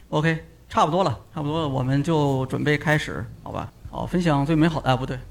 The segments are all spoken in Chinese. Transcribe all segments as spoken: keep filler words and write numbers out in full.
OK， 差不多了，差不多了，我们就准备开始，好吧？好，分享最美好的啊，不对。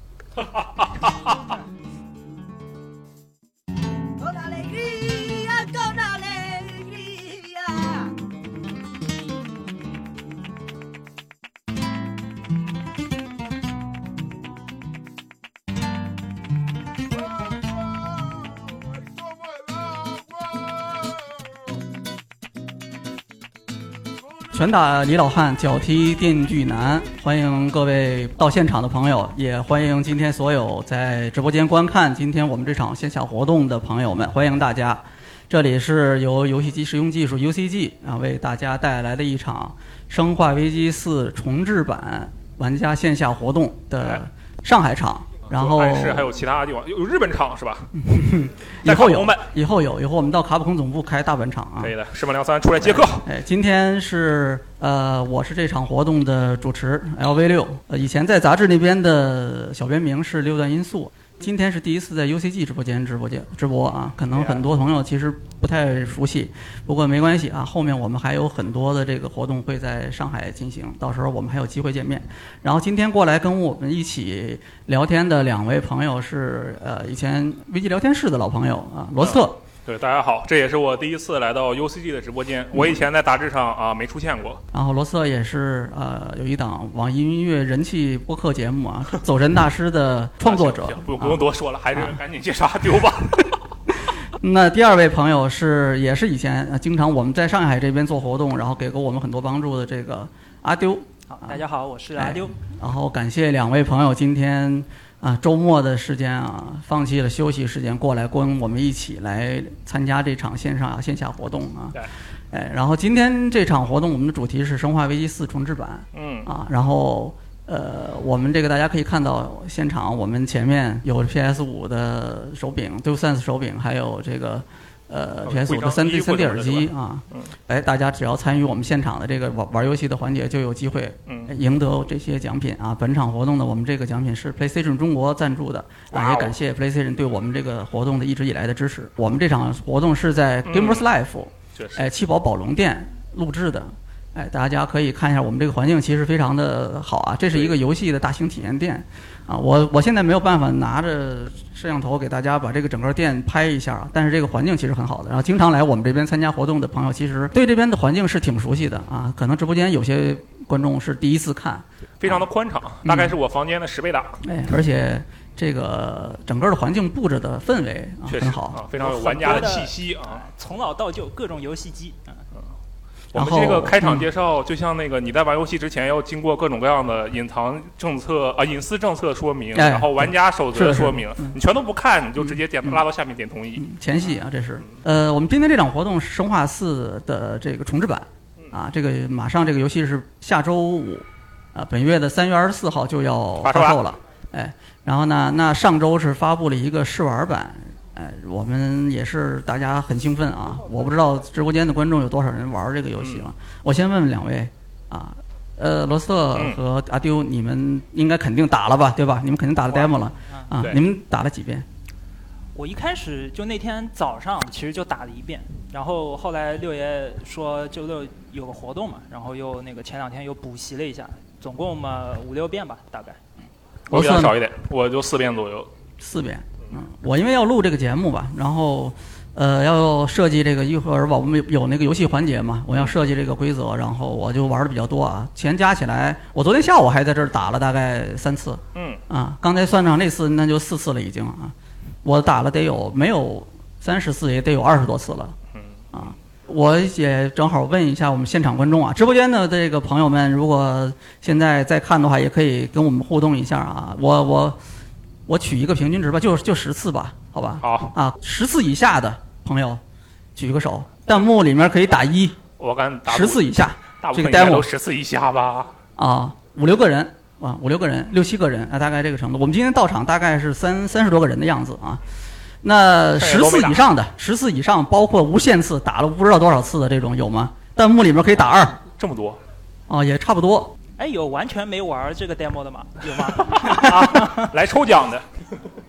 拳打李老汉，脚踢电锯男。欢迎各位到现场的朋友，也欢迎今天所有在直播间观看今天我们这场线下活动的朋友们，欢迎大家。这里是由游戏机实用技术 U C G 啊为大家带来的一场《生化危机四》重置版玩家线下活动的上海场。然后是还有其他地方，有日本场是吧？ 以后有，以后有，以后我们到卡普空总部开大本场啊。 可以的，石本良三出来接客。 哎，今天是呃，我是这场活动的主持 L V 六，呃，以前在杂志那边的小编名是六段音速。今天是第一次在 U C G 直播间直播间直播啊，可能很多朋友其实不太熟悉，不过没关系啊，后面我们还有很多的这个活动会在上海进行，到时候我们还有机会见面。然后今天过来跟我们一起聊天的两位朋友是呃以前危机聊天室的老朋友啊，罗斯特。嗯对，大家好，这也是我第一次来到 U C G 的直播间，我以前在杂志上啊没出现过。 然后罗斯特也是呃有一档网易音乐人气播客节目啊，走神大师的创作者。 不不用多说了，啊、还是赶紧介绍阿丢吧。 那第二位朋友是也是以前、呃、经常我们在上海这边做活动，然后给过我们很多帮助的这个阿丢。 好，大家好，我是阿丢。哎、 然后感谢两位朋友今天。啊，周末的时间啊，放弃了休息时间过来跟我们一起来参加这场线上线下活动啊。 对。 哎，然后今天这场活动我们的主题是《生化危机四》重置版。 嗯。 啊，然后呃，我们这个大家可以看到现场，我们前面有 P S 五 的手柄 DualSense 手柄，还有这个。呃 ，P S 五 的三 D 三 D 耳机啊， 嗯， 哎，大家只要参与我们现场的这个玩玩游戏的环节，就有机会赢得这些奖品啊。本场活动的我们这个奖品是 PlayStation 中国赞助的啊，也感谢 PlayStation 对我们这个活动的一直以来的支持。我们这场活动是在 Gamers Life，哎，七宝宝龙店录制的。哎，大家可以看一下我们这个环境，其实非常的好啊。这是一个游戏的大型体验店，啊，我我现在没有办法拿着摄像头给大家把这个整个店拍一下，但是这个环境其实很好的。然后经常来我们这边参加活动的朋友，其实对这边的环境是挺熟悉的啊。可能直播间有些观众是第一次看， 非常的宽敞，大概是我房间的十倍大。 嗯、哎，而且这个整个的环境布置的氛围啊很好啊，非常有玩家的气息啊， 从老到旧各种游戏机啊。 我们这个开场介绍，就像那个你在玩游戏之前要经过各种各样的隐藏政策啊、隐私政策说明， 哎、 然后玩家守则说明， 嗯、 你全都不看，你就直接点、嗯、拉到下面点同意。 嗯、前戏啊，这是。呃，我们今天这场活动是《生化四》的这个重置版啊，这个马上这个游戏是下周五啊，本月的三月二十四号就要发售了。哎，然后呢，那上周是发布了一个试玩版。哎，我们也是大家很兴奋啊！我不知道直播间的观众有多少人玩这个游戏了。嗯、我先问问两位啊，呃，罗斯特和阿丢，你们应该肯定打了吧，对吧？你们肯定打了 demo 了啊？你们打了几遍？ 我一开始就那天早上其实就打了一遍，然后后来六爷说周六有个活动嘛，然后又那个前两天又补习了一下，总共嘛五六遍吧，大概。 我比较少一点，我就四遍左右。 四遍。嗯，我因为要录这个节目吧，然后，呃，要设计这个一会儿吧，我们有那个游戏环节嘛，我要设计这个规则，然后我就玩的比较多啊。钱加起来，我昨天下午还在这儿打了大概三次。 嗯。 啊，刚才算上那次，那就四次了已经啊。我打了得有没有三十次，也得有二十多次了。 嗯。 啊，我也正好问一下我们现场观众啊，直播间的这个朋友们，如果现在在看的话，也可以跟我们互动一下啊。我我。我取一个平均值吧，就就十次吧，好吧？ 好啊，十次以下的朋友举个手，弹幕里面可以打一。 我敢打十次以下， 大部分应该都十次以下吧？ 啊，五六个人啊，五六个人，六七个人啊，大概这个程度。我们今天到场大概是三三十多个人的样子啊。那十次以上的，十次以上包括无限次打了不知道多少次的这种有吗？弹幕里面可以打二。 这么多？ 啊，也差不多。 哎，有完全没玩这个 demo 的吗？有吗？ 啊、来抽奖的。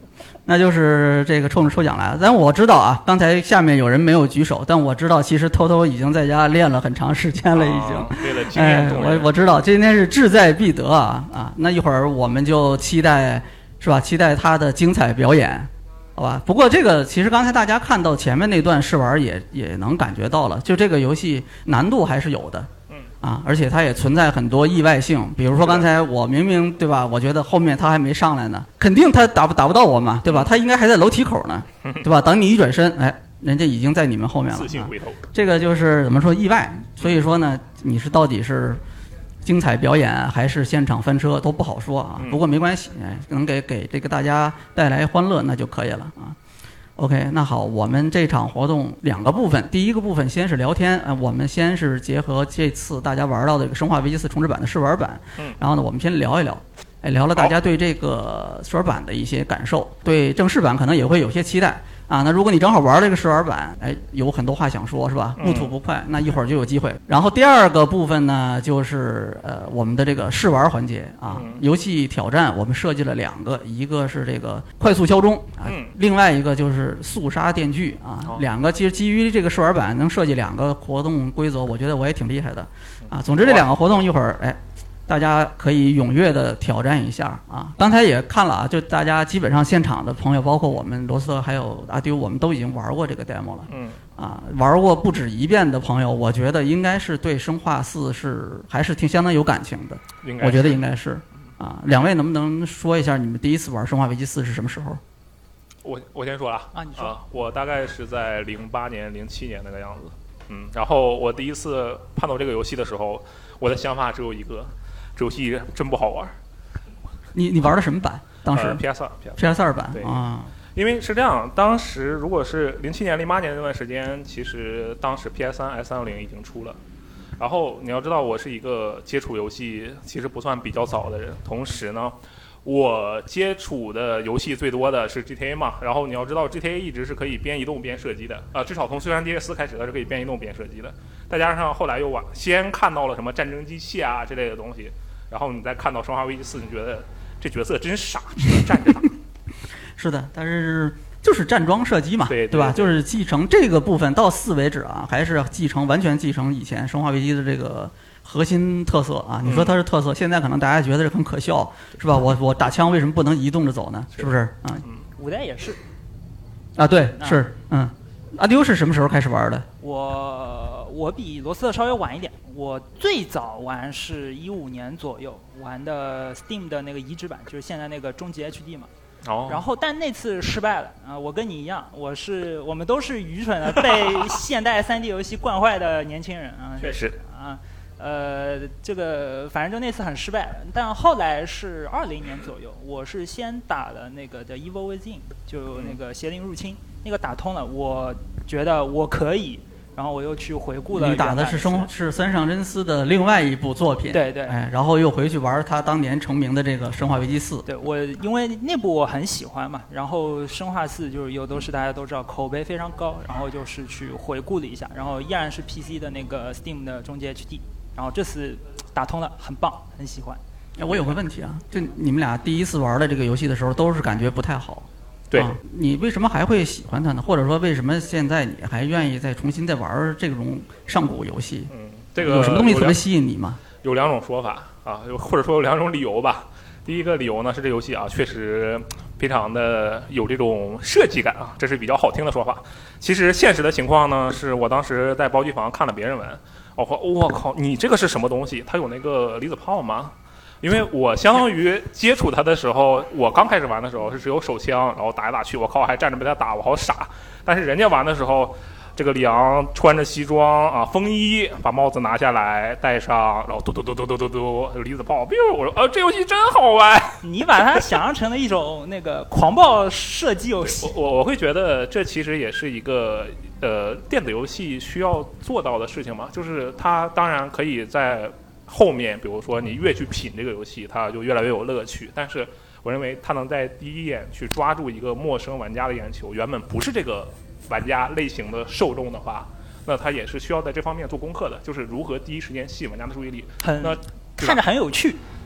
那就是这个冲着抽奖来了。但我知道啊，刚才下面有人没有举手，但我知道其实偷偷已经在家练了很长时间了，已经。 啊、为了经验哎，我我知道今天是志在必得啊啊！那一会儿我们就期待是吧？期待他的精彩表演，好吧？不过这个其实刚才大家看到前面那段试玩也也能感觉到了，就这个游戏难度还是有的。啊，而且它也存在很多意外性，比如说刚才我明明对吧？我觉得后面他还没上来呢，肯定他打不打不到我嘛，对吧？他应该还在楼梯口呢，对吧？等你一转身，哎，人家已经在你们后面了。 自信回头， 啊、这个就是怎么说意外？所以说呢，你是到底是精彩表演还是现场翻车都不好说啊。不过没关系，哎，能给给这个大家带来欢乐那就可以了啊。OK， 那好，我们这场活动两个部分，第一个部分先是聊天，呃，我们先是结合这次大家玩到的这个《生化危机四重置版》的试玩版， 嗯， 然后呢，我们先聊一聊，哎，聊了大家对这个试玩版的一些感受，对正式版可能也会有些期待啊。那如果你正好玩这个试玩版，哎，有很多话想说，是吧？不吐不快，那一会儿就有机会。然后第二个部分呢，就是呃我们的这个试玩环节啊，游戏挑战我们设计了两个，一个是这个快速敲钟啊，另外一个就是速杀电锯啊，两个其实基于这个试玩版能设计两个活动规则，我觉得我也挺厉害的啊。总之这两个活动一会儿哎。大家可以踊跃的挑战一下啊！刚才也看了啊，就大家基本上现场的朋友，包括我们罗斯特还有阿丢，我们都已经玩过这个 demo 了。 嗯。 啊，玩过不止一遍的朋友，我觉得应该是对生化四是还是挺相当有感情的。 应该。 我觉得应该是啊。两位能不能说一下你们第一次玩生化危机四是什么时候？ 我我先说啊。 啊，你说。 啊，我大概是在零八年、零七年那个样子。嗯。然后我第一次看到这个游戏的时候，我的想法只有一个。这游戏真不好玩。 你你玩的什么版？当时 P S 二 P S 二版对啊。 因为是这样，当时如果是零七年、零八年那段时间，其实当时 P S 三 S 三六零已经出了。然后你要知道，我是一个接触游戏其实不算比较早的人，同时呢，我接触的游戏最多的是 G T A 嘛。然后你要知道 G T A 一直是可以边移动边射击的，啊、呃，至少从虽然 D S 开始它是可以边移动边射击的。再加上后来又晚先看到了什么战争机器啊这类的东西。然后你再看到《生化危机四》，你觉得这角色真傻，只能站着打。 是的，但是就是站桩射击嘛， 对 对, 对吧？就是继承这个部分到四为止啊，还是继承完全继承以前《生化危机》的这个核心特色啊。你说它是特色，嗯、现在可能大家觉得很可笑，是吧？我我打枪为什么不能移动着走呢？是不是啊？ 嗯，五代也是。 啊，对，是嗯。阿丢是什么时候开始玩的？ 我我比罗斯特稍微晚一点，我最早玩是一五年左右玩的 Steam 的那个移植版，就是现在那个终极 H D 嘛。 哦。 然后但那次失败了啊！我跟你一样，我是我们都是愚蠢的被现代三 D 游戏惯坏的年轻人啊。 确实。 啊，呃，这个反正就那次很失败，但后来是二零年左右，我是先打了那个的 Evil Within， 就那个邪灵入侵。那个打通了，我觉得我可以，然后我又去回顾了。 你打的是生是三上真司的另外一部作品， 对对， 哎，然后又回去玩他当年成名的这个《生化危机四》。 对，我因为那部我很喜欢嘛，然后《生化四》就是又都是大家都知道口碑非常高，然后就是去回顾了一下，然后依然是 P C 的那个 Steam 的终极 H D， 然后这次打通了，很棒，很喜欢。 哎，我有个问题啊，就你们俩第一次玩的这个游戏的时候，都是感觉不太好。 对、 啊，你为什么还会喜欢它呢？或者说，为什么现在你还愿意再重新再玩这种上古游戏？ 嗯，这个有什么东西特别吸引你吗？ 有两种说法啊，或者说有两种理由吧。第一个理由呢是这游戏啊，确实非常的有这种设计感啊，这是比较好听的说法。其实现实的情况呢，是我当时在包机房看了别人玩，我说我靠，你这个是什么东西？它有那个离子炮吗？因为我相当于接触它的时候，我刚开始玩的时候是只有手枪，然后打来打去，我靠，还站着被他打，我好傻。但是人家玩的时候，这个里昂穿着西装啊，风衣，把帽子拿下来戴上，然后嘟嘟嘟嘟嘟嘟嘟，离子炮，我说，呃，这游戏真好玩。 你把它想象成了一种那个狂暴射击游戏。 我我会觉得这其实也是一个呃电子游戏需要做到的事情嘛，就是它当然可以在后面，比如说你越去品这个游戏，它就越来越有乐趣。但是我认为它能在第一眼去抓住一个陌生玩家的眼球，原本不是这个玩家类型的受众的话，那它也是需要在这方面做功课的，就是如何第一时间吸引玩家的注意力。 很那看着很有趣。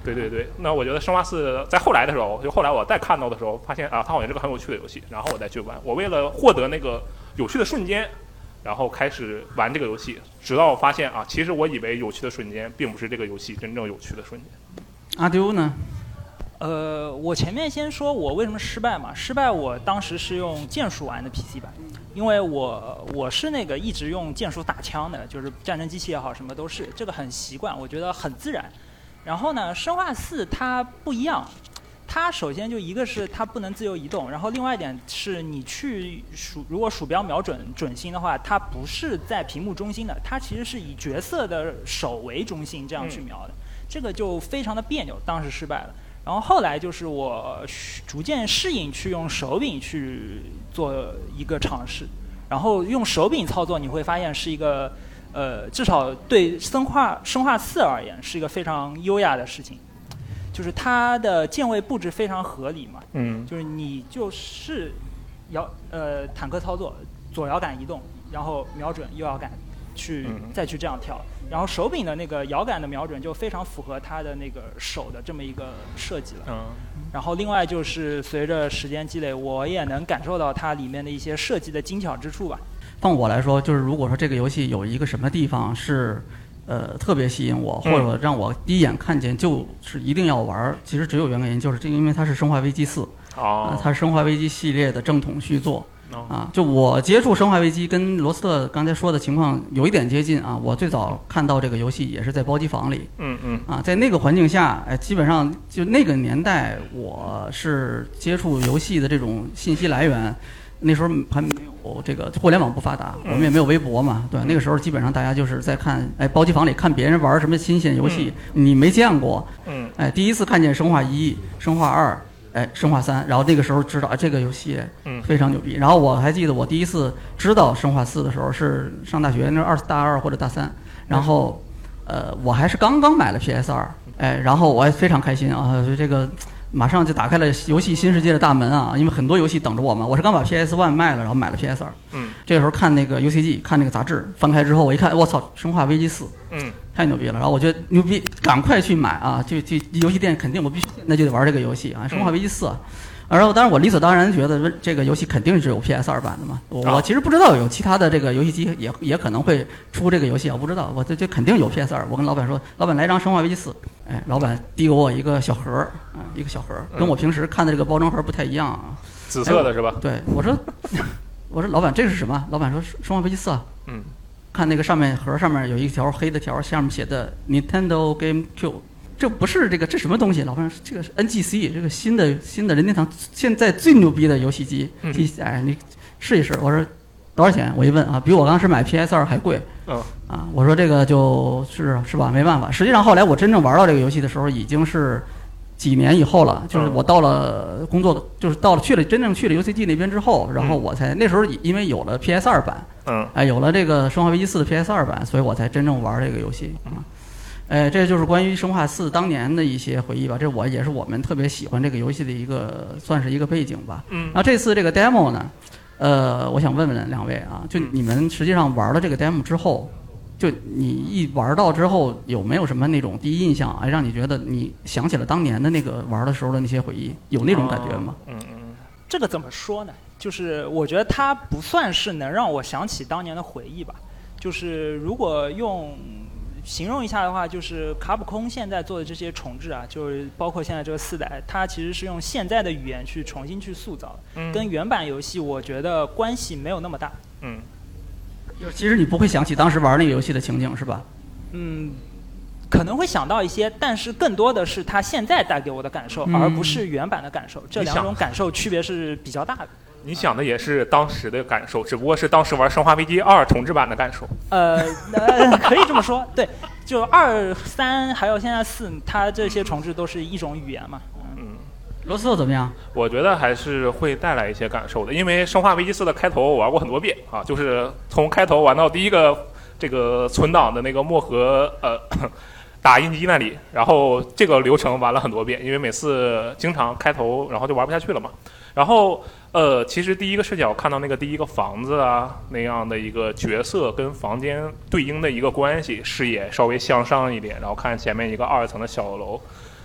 对对对，那我觉得生化四在后来的时候，就后来我再看到的时候，发现啊，它好像是个很有趣的游戏，然后我再去玩。我为了获得那个有趣的瞬间，然后开始玩这个游戏，直到我发现啊，其实我以为有趣的瞬间，并不是这个游戏真正有趣的瞬间。 阿丢呢？ 呃，我前面先说我为什么失败嘛，失败我当时是用键鼠玩的 P C 版，因为我我是那个一直用键鼠打枪的，就是战争机器也好，什么都是，这个很习惯，我觉得很自然。然后呢，生化四它不一样，它首先就一个是它不能自由移动，然后另外一点是你去鼠，如果鼠标瞄准准心的话，它不是在屏幕中心的，它其实是以角色的手为中心这样去瞄的，嗯、这个就非常的别扭，当时失败了。然后后来就是我逐渐适应去用手柄去做一个尝试，然后用手柄操作，你会发现是一个。呃，至少对生化生化四而言是一个非常优雅的事情，就是它的键位布置非常合理嘛， 嗯， 就是你就是摇呃坦克操作，左摇杆移动，然后瞄准右摇杆去、嗯、再去这样跳，然后手柄的那个摇杆的瞄准就非常符合它的那个手的这么一个设计了， 嗯， 然后另外就是随着时间积累，我也能感受到它里面的一些设计的精巧之处吧。 放我来说，就是如果说这个游戏有一个什么地方是，呃，特别吸引我，或者让我第一眼看见就是一定要玩，其实只有原因，就是这因为它是《生化危机四》， 哦、 呃，它是《生化危机》系列的正统续作。啊，就我接触《生化危机》跟罗斯特刚才说的情况有一点接近啊。我最早看到这个游戏也是在包机房里， 嗯嗯， 啊，在那个环境下，哎，基本上就那个年代，我是接触游戏的这种信息来源。那时候还没有这个互联网不发达，我们也没有微博嘛，对吧？那个时候基本上大家就是在看，哎，包机房里看别人玩什么新鲜游戏，你没见过， 嗯， 哎，第一次看见生化一、生化二，哎，生化三，然后那个时候知道，哎，这个游戏非常牛逼。然后我还记得我第一次知道生化四的时候是上大学，那二大二或者大三，然后，呃，我还是刚刚买了 P S 二，哎，然后我还非常开心啊，就这个。马上就打开了游戏新世界的大门啊！因为很多游戏等着我嘛。我是刚把 P S 一 卖了，然后买了 P S 二。 嗯。 这个时候看那个 U C G， 看那个杂志，翻开之后我一看，我操，《生化危机四》。 嗯。 太牛逼了！然后我觉得牛逼，赶快去买啊！就就游戏店肯定我必须现在就得玩这个游戏啊，《生化危机四》。然后，当然我理所当然觉得这个游戏肯定是有 P S 二版的嘛。我我其实不知道有其他的这个游戏机也也可能会出这个游戏，我不知道。我这这肯定有 P S 二。我跟老板说，老板来张《生化危机四》。哎，老板递给我一个小盒儿啊，一个小盒儿，跟我平时看的这个包装盒不太一样啊。 紫色的是吧？ 哎、对，我说，我说老板这是什么？老板说《生化危机四》。 嗯。 看那个上面盒上面有一条黑的条，下面写的 Nintendo GameCube。这不是这个这什么东西？老板说这个是 N G C， 这个新的新的任天堂现在最牛逼的游戏机。 嗯、 哎，你试一试。我说多少钱？我一问啊，比我当时买 P S 二还贵。 嗯。 啊，我说这个就是是吧？没办法。实际上后来我真正玩到这个游戏的时候，已经是几年以后了。就是我到了工作，就是到了去了真正去了 U C G 那边之后，然后我才、嗯、那时候因为有了 P S 二版， 嗯， 哎，有了这个《生化危机四》的 P S 二版，所以我才真正玩这个游戏啊。哎，这就是关于《生化四》当年的一些回忆吧。这我也是我们特别喜欢这个游戏的一个，算是一个背景吧。 嗯。 然后这次这个 demo 呢，呃，我想问问两位啊，就你们实际上玩了这个 demo 之后，就你一玩到之后，有没有什么那种第一印象，哎，让你觉得你想起了当年的那个玩的时候的那些回忆，有那种感觉吗？ 嗯嗯。 这个怎么说呢？就是我觉得它不算是能让我想起当年的回忆吧。就是如果用形容一下的话，就是卡普空现在做的这些重置啊，就是包括现在这个四代，它其实是用现在的语言去重新去塑造， 嗯、 跟原版游戏我觉得关系没有那么大。 嗯， 就是其实你不会想起当时玩那个游戏的情景是吧？ 嗯，可能会想到一些，但是更多的是它现在带给我的感受， 嗯、 而不是原版的感受。这两种感受区别是比较大的。 你想的也是当时的感受，只不过是当时玩《生化危机二》重置版的感受。 呃，呃可以这么说，对，就二、三还有现在四，它这些重置都是一种语言嘛。 嗯， 罗斯特怎么样？ 我觉得还是会带来一些感受的，因为《生化危机四》的开头我玩过很多遍啊，就是从开头玩到第一个这个存档的那个漠河呃打印机那里，然后这个流程玩了很多遍，因为每次经常开头然后就玩不下去了嘛。然后呃，其实第一个视角看到那个第一个房子啊那样的一个角色跟房间对应的一个关系，视野稍微向上一点，然后看前面一个二层的小楼，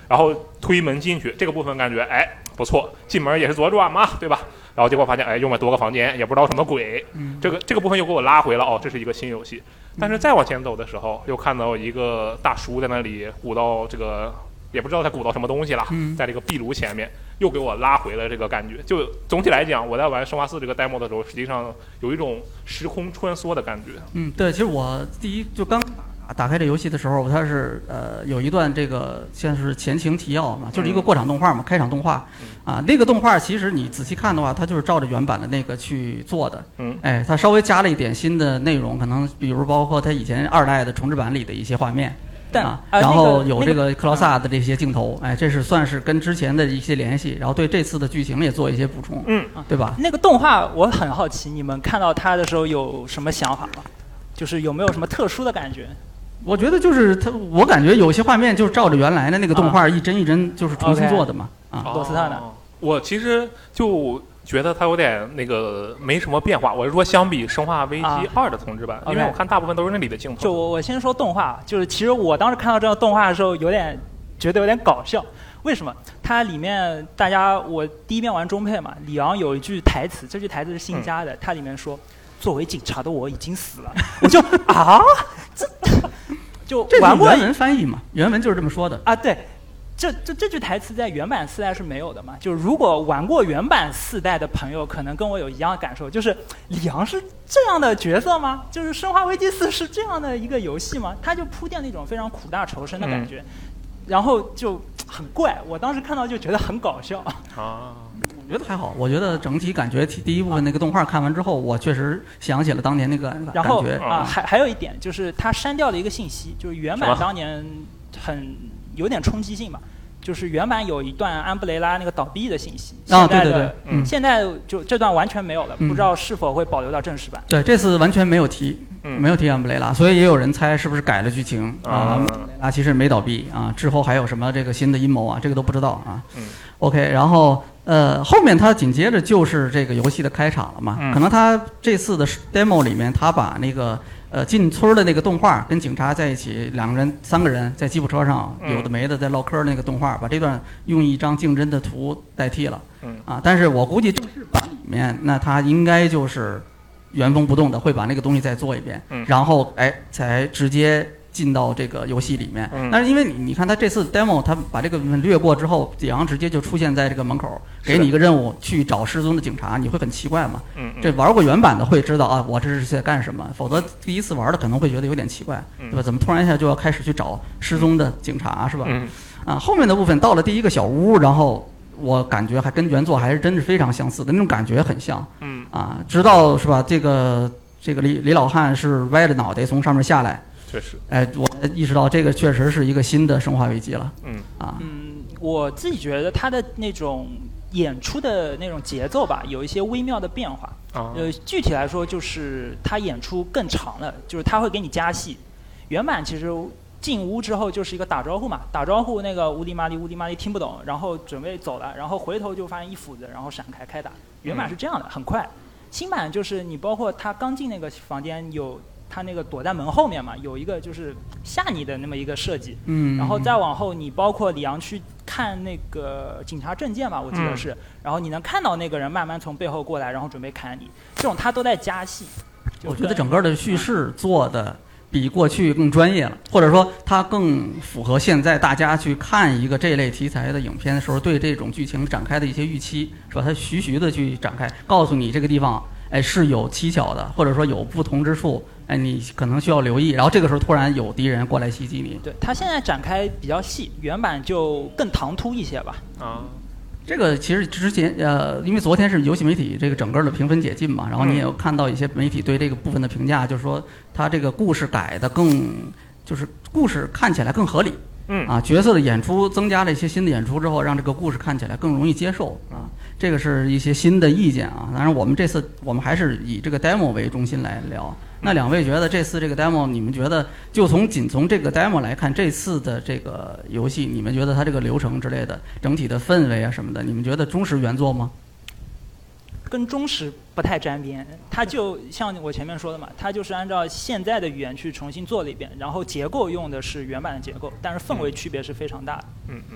然后推门进去，这个部分感觉哎不错，进门也是左转嘛，对吧？然后结果发现哎用了多个房间，也不知道什么鬼， 嗯、 这个这个部分又给我拉回了哦，这是一个新游戏。但是再往前走的时候，又看到一个大叔在那里鼓捣这个。也不知道他鼓捣什么东西了， 嗯、 在这个壁炉前面又给我拉回了这个感觉。就总体来讲，我在玩生化四这个 demo 的时候，实际上有一种时空穿梭的感觉。 嗯，对，其实我第一就刚打开这游戏的时候，它是呃有一段这个像是前情提要嘛，就是一个过场动画嘛，嗯、开场动画， 嗯、 啊，那个动画其实你仔细看的话，它就是照着原版的那个去做的。 嗯， 哎，它稍微加了一点新的内容，可能比如包括它以前二代的重制版里的一些画面。 但啊， 然后有这个克劳萨的这些镜头，哎，这是算是跟之前的一些联系，然后对这次的剧情也做一些补充， 嗯， 对吧？ 那个动画我很好奇，你们看到它的时候有什么想法吗？就是有没有什么特殊的感觉？ 我觉得就是它，我感觉有些画面就是照着原来的那个动画一帧一帧就是重新做的嘛，啊， 罗斯特呢？ 我其实就。觉得它有点那个没什么变化，我是说相比《生化危机二》的重制版， 啊、 因为我看大部分都是那里的镜头。 就我我先说动画，就是其实我当时看到这个动画的时候，有点觉得有点搞笑。为什么？它里面大家我第一遍玩中配嘛，里昂有一句台词，这句台词是新加的，嗯、它里面说：“作为警察的我已经死了。”我就啊，这就玩过这是原文翻译嘛，原文就是这么说的啊，对。这这这句台词在原版四代是没有的嘛？就是如果玩过原版四代的朋友，可能跟我有一样的感受，就是里昂是这样的角色吗？就是《生化危机四》是这样的一个游戏吗？它就铺垫了一种非常苦大仇深的感觉，嗯、然后就很怪。我当时看到就觉得很搞笑啊。 我觉得还好，我觉得整体感觉第一部分那个动画看完之后，我确实想起了当年那个感觉。 然后啊，还还有一点就是它删掉了一个信息，就是原版当年很。有点冲击性吧，就是原版有一段安布雷拉那个倒闭的信息， 啊，对对对， 嗯，现在就这段完全没有了， 嗯、 不知道是否会保留到正式版。 对，这次完全没有提， 嗯、 没有提安布雷拉，所以也有人猜是不是改了剧情啊？ 安布雷拉其实没倒闭啊，之后还有什么这个新的阴谋啊，这个都不知道啊。 嗯 OK， 然后呃，后面它紧接着就是这个游戏的开场了嘛， 嗯、 可能它这次的 demo 里面，它把那个。呃，进村的那个动画跟警察在一起，两个人、三个人在吉普车上，有的没的在唠嗑那个动画，把这段用一张竞争的图代替了。 嗯啊，但是我估计正式版里面，那它应该就是原封不动的会把那个东西再做一遍， 嗯、 然后哎，才直接进到这个游戏里面。 嗯、 但是因为你你看他这次 demo， 他把这个略过之后，里昂直接就出现在这个门口，给你一个任务去找失踪的警察，你会很奇怪嘛？ 嗯嗯、 这玩过原版的会知道啊，我这是在干什么？否则第一次玩的可能会觉得有点奇怪， 嗯、 对吧？怎么突然一下就要开始去找失踪的警察，是吧？ 嗯、 啊，后面的部分到了第一个小屋，然后我感觉还跟原作还是真是非常相似的那种感觉很像。 嗯啊，直到是吧？这个这个李李老汉是歪着脑袋从上面下来。 确实， 哎，我意识到这个确实是一个新的生化危机了。 嗯啊， 嗯，我自己觉得他的那种演出的那种节奏吧，有一些微妙的变化。 啊， 呃，具体来说就是他演出更长了，就是他会给你加戏。原版其实进屋之后就是一个打招呼嘛，打招呼那个乌迪玛丽乌迪玛丽听不懂，然后准备走了，然后回头就发现一斧子，然后闪开开打。原版是这样的，很快。新版就是你包括他刚进那个房间有。他那个躲在门后面嘛，有一个就是吓你的那么一个设计， 嗯， 然后再往后，你包括里昂去看那个警察证件嘛，我记得是， 嗯、 然后你能看到那个人慢慢从背后过来，然后准备砍你，这种他都在加戏。 我觉得整个的叙事做的比过去更专业了，或者说它更符合现在大家去看一个这类题材的影片的时候对这种剧情展开的一些预期，是吧？它徐徐的去展开，告诉你这个地方。哎，是有蹊跷的，或者说有不同之处，哎，你可能需要留意。然后这个时候突然有敌人过来袭击你。 对，他现在展开比较细，原版就更唐突一些吧。 啊， 这个其实之前呃，因为昨天是游戏媒体这个整个的评分解禁嘛，然后你也有看到一些媒体对这个部分的评价，就是说他这个故事改的更，就是故事看起来更合理。 嗯啊，角色的演出增加了一些新的演出之后，让这个故事看起来更容易接受啊。这个是一些新的意见啊。当然，我们这次我们还是以这个 demo 为中心来聊。那两位觉得这次这个 demo， 你们觉得就从仅从这个 demo 来看，这次的这个游戏，你们觉得它这个流程之类的，整体的氛围啊什么的，你们觉得忠实原作吗？ 跟忠实不太沾边，它就像我前面说的嘛，它就是按照现在的语言去重新做了一遍，然后结构用的是原版的结构，但是氛围区别是非常大的。 嗯嗯。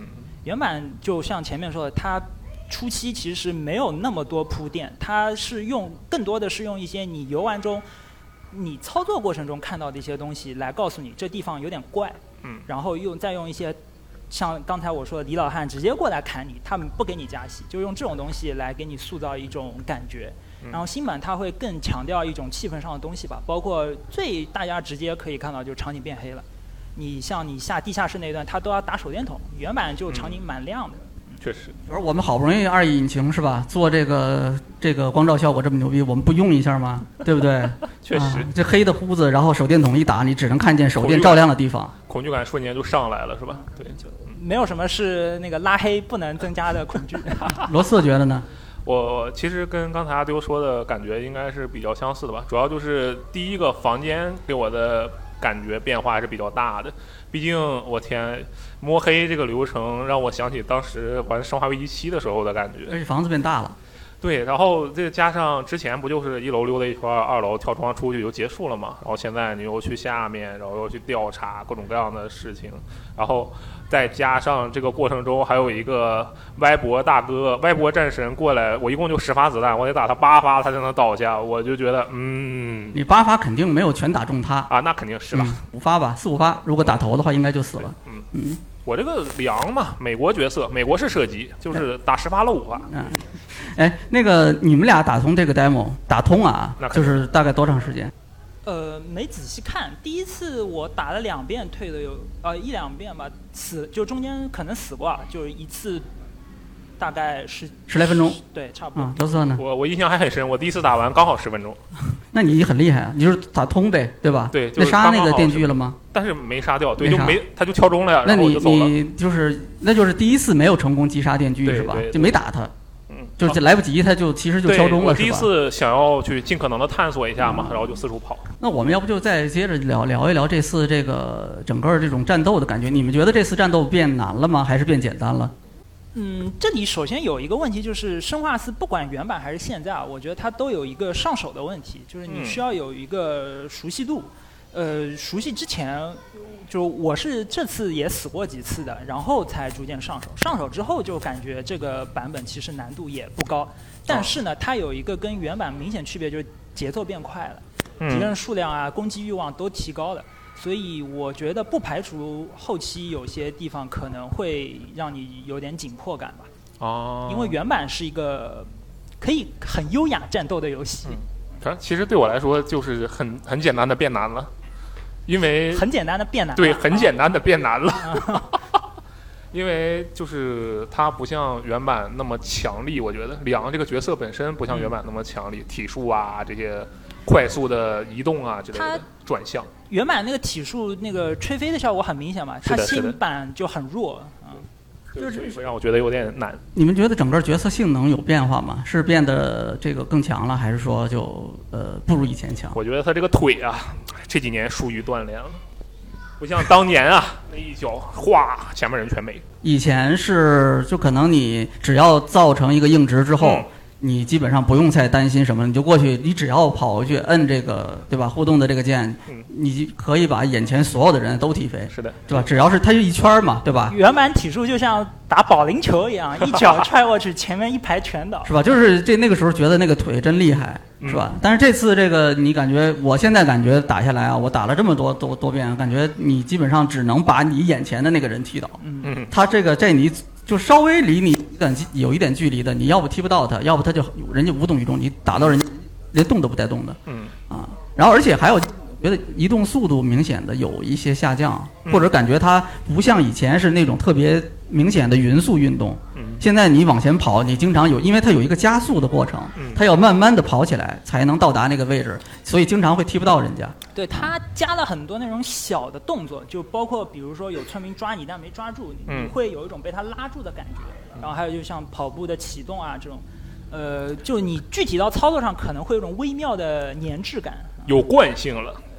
原版就像前面说的，它初期其实没有那么多铺垫，它是用更多的是用一些你游玩中你操作过程中看到的一些东西来告诉你这地方有点怪， 嗯， 然后用再用一些像刚才我说的李老汉直接过来砍你，他们不给你加戏，就用这种东西来给你塑造一种感觉。然后新版它会更强调一种气氛上的东西吧，包括最大家直接可以看到就是场景变黑了，你像你下地下室那一段它都要打手电筒，原版就场景蛮亮的。 嗯、确实。 而我们好不容易二 E 引擎是吧，做这个这个光照效果这么牛逼，我们不用一下吗？对不对？ 确实、 啊。这黑的胡子，然后手电筒一打，你只能看见手电照亮的地方， 恐惧感瞬间就上来了，是吧？对，就没有什么是那个拉黑不能增加的恐惧。 罗斯觉得呢？ 我其实跟刚才阿丢说的感觉应该是比较相似的吧，主要就是第一个房间给我的感觉变化还是比较大的，毕竟我天，摸黑这个流程让我想起当时玩《生化危机七》的时候的感觉， 而且房子变大了。 对，然后这加上之前不就是一楼溜达一圈，二楼跳窗出去就结束了嘛，然后现在你又去下面，然后又去调查各种各样的事情，然后再加上这个过程中还有一个歪脖大哥、歪脖战神过来，我一共就十发子弹，我得打他八发他才能倒下，我就觉得嗯， 你八发肯定没有全打中他啊，那肯定是了、嗯， 五发吧，四五发，如果打头的话应该就死了。 嗯嗯，我这个梁嘛，美国角色，美国式射击，就是打十发了五发。 嗯，哎，那个你们俩打通这个 demo 打通啊，就是大概多长时间？ 呃，没仔细看，第一次我打了两遍，退的有呃一两遍吧，死就中间可能死过啊，就是一次大概十十来分钟， 对，差不多。 啊，罗斯呢？ 我我印象还很深，我第一次打完刚好十分钟。 那你很厉害啊，你就是打通呗，对吧？ 对， 那杀那个电锯了吗？ 但是没杀掉，对，就没他就敲钟了呀， 那你然后我就走了。 你就是那就是第一次没有成功击杀电锯是吧？就没打他。 嗯， 就是来不及，他就其实就敲钟了， 我第一次想要去尽可能的探索一下嘛，然后就四处跑。 那我们要不就再接着聊聊一聊这次这个整个这种战斗的感觉？你们觉得这次战斗变难了吗？还是变简单了？ 嗯，这里首先有一个问题，就是生化四不管原版还是现在，我觉得它都有一个上手的问题，就是你需要有一个熟悉度。嗯、呃，熟悉之前，就我是这次也死过几次的，然后才逐渐上手。上手之后就感觉这个版本其实难度也不高，但是呢，它有一个跟原版明显区别，就是节奏变快了，敌人数量啊、攻击欲望都提高了。所以我觉得不排除后期有些地方可能会让你有点紧迫感吧。 哦。 因为原版是一个可以很优雅战斗的游戏。 嗯，其实对我来说就是很很简单的变难了，因为很简单的变难了。 对，很简单的变难了。啊、因为就是它不像原版那么强力，我觉得里昂这个角色本身不像原版那么强力，嗯、体术啊这些。快速的移动啊之类的转向， 原版那个体术那个吹飞的效果很明显嘛，它新版就很弱啊， 就是会让我觉得有点难。 你们觉得整个角色性能有变化吗？是变得这个更强了，还是说就呃不如以前强？ 我觉得他这个腿啊，这几年疏于锻炼了，不像当年啊那一脚哗前面人全没。 以前是就可能你只要造成一个硬直之后。嗯，你基本上不用再担心什么，你就过去，你只要跑回去摁这个，对吧？互动的这个键，嗯、你可以把眼前所有的人都踢飞， 是的， 对吧？只要是它就一圈嘛，对吧？ 原版体术就像打保龄球一样，一脚踹过去，前面一排全倒， 是吧？就是这那个时候觉得那个腿真厉害，是吧？嗯、但是这次这个你感觉，我现在感觉打下来啊，我打了这么多多多遍，感觉你基本上只能把你眼前的那个人踢倒，嗯，他这个这你。就稍微离你有一点距离的，你要不踢不到他，要不他就人家无动于衷，你打到人家连动都不带动的。嗯啊，然后而且还有觉得移动速度明显的有一些下降，或者感觉它不像以前是那种特别明显的匀速运动。嗯，现在你往前跑，你经常有，因为它有一个加速的过程，它要慢慢的跑起来才能到达那个位置，所以经常会踢不到人家。 对，它加了很多那种小的动作，就包括比如说有村民抓你但没抓住，你会有一种被他拉住的感觉。然后还有就像跑步的启动啊这种，呃，就你具体到操作上可能会有一种微妙的粘滞感。 有惯性了。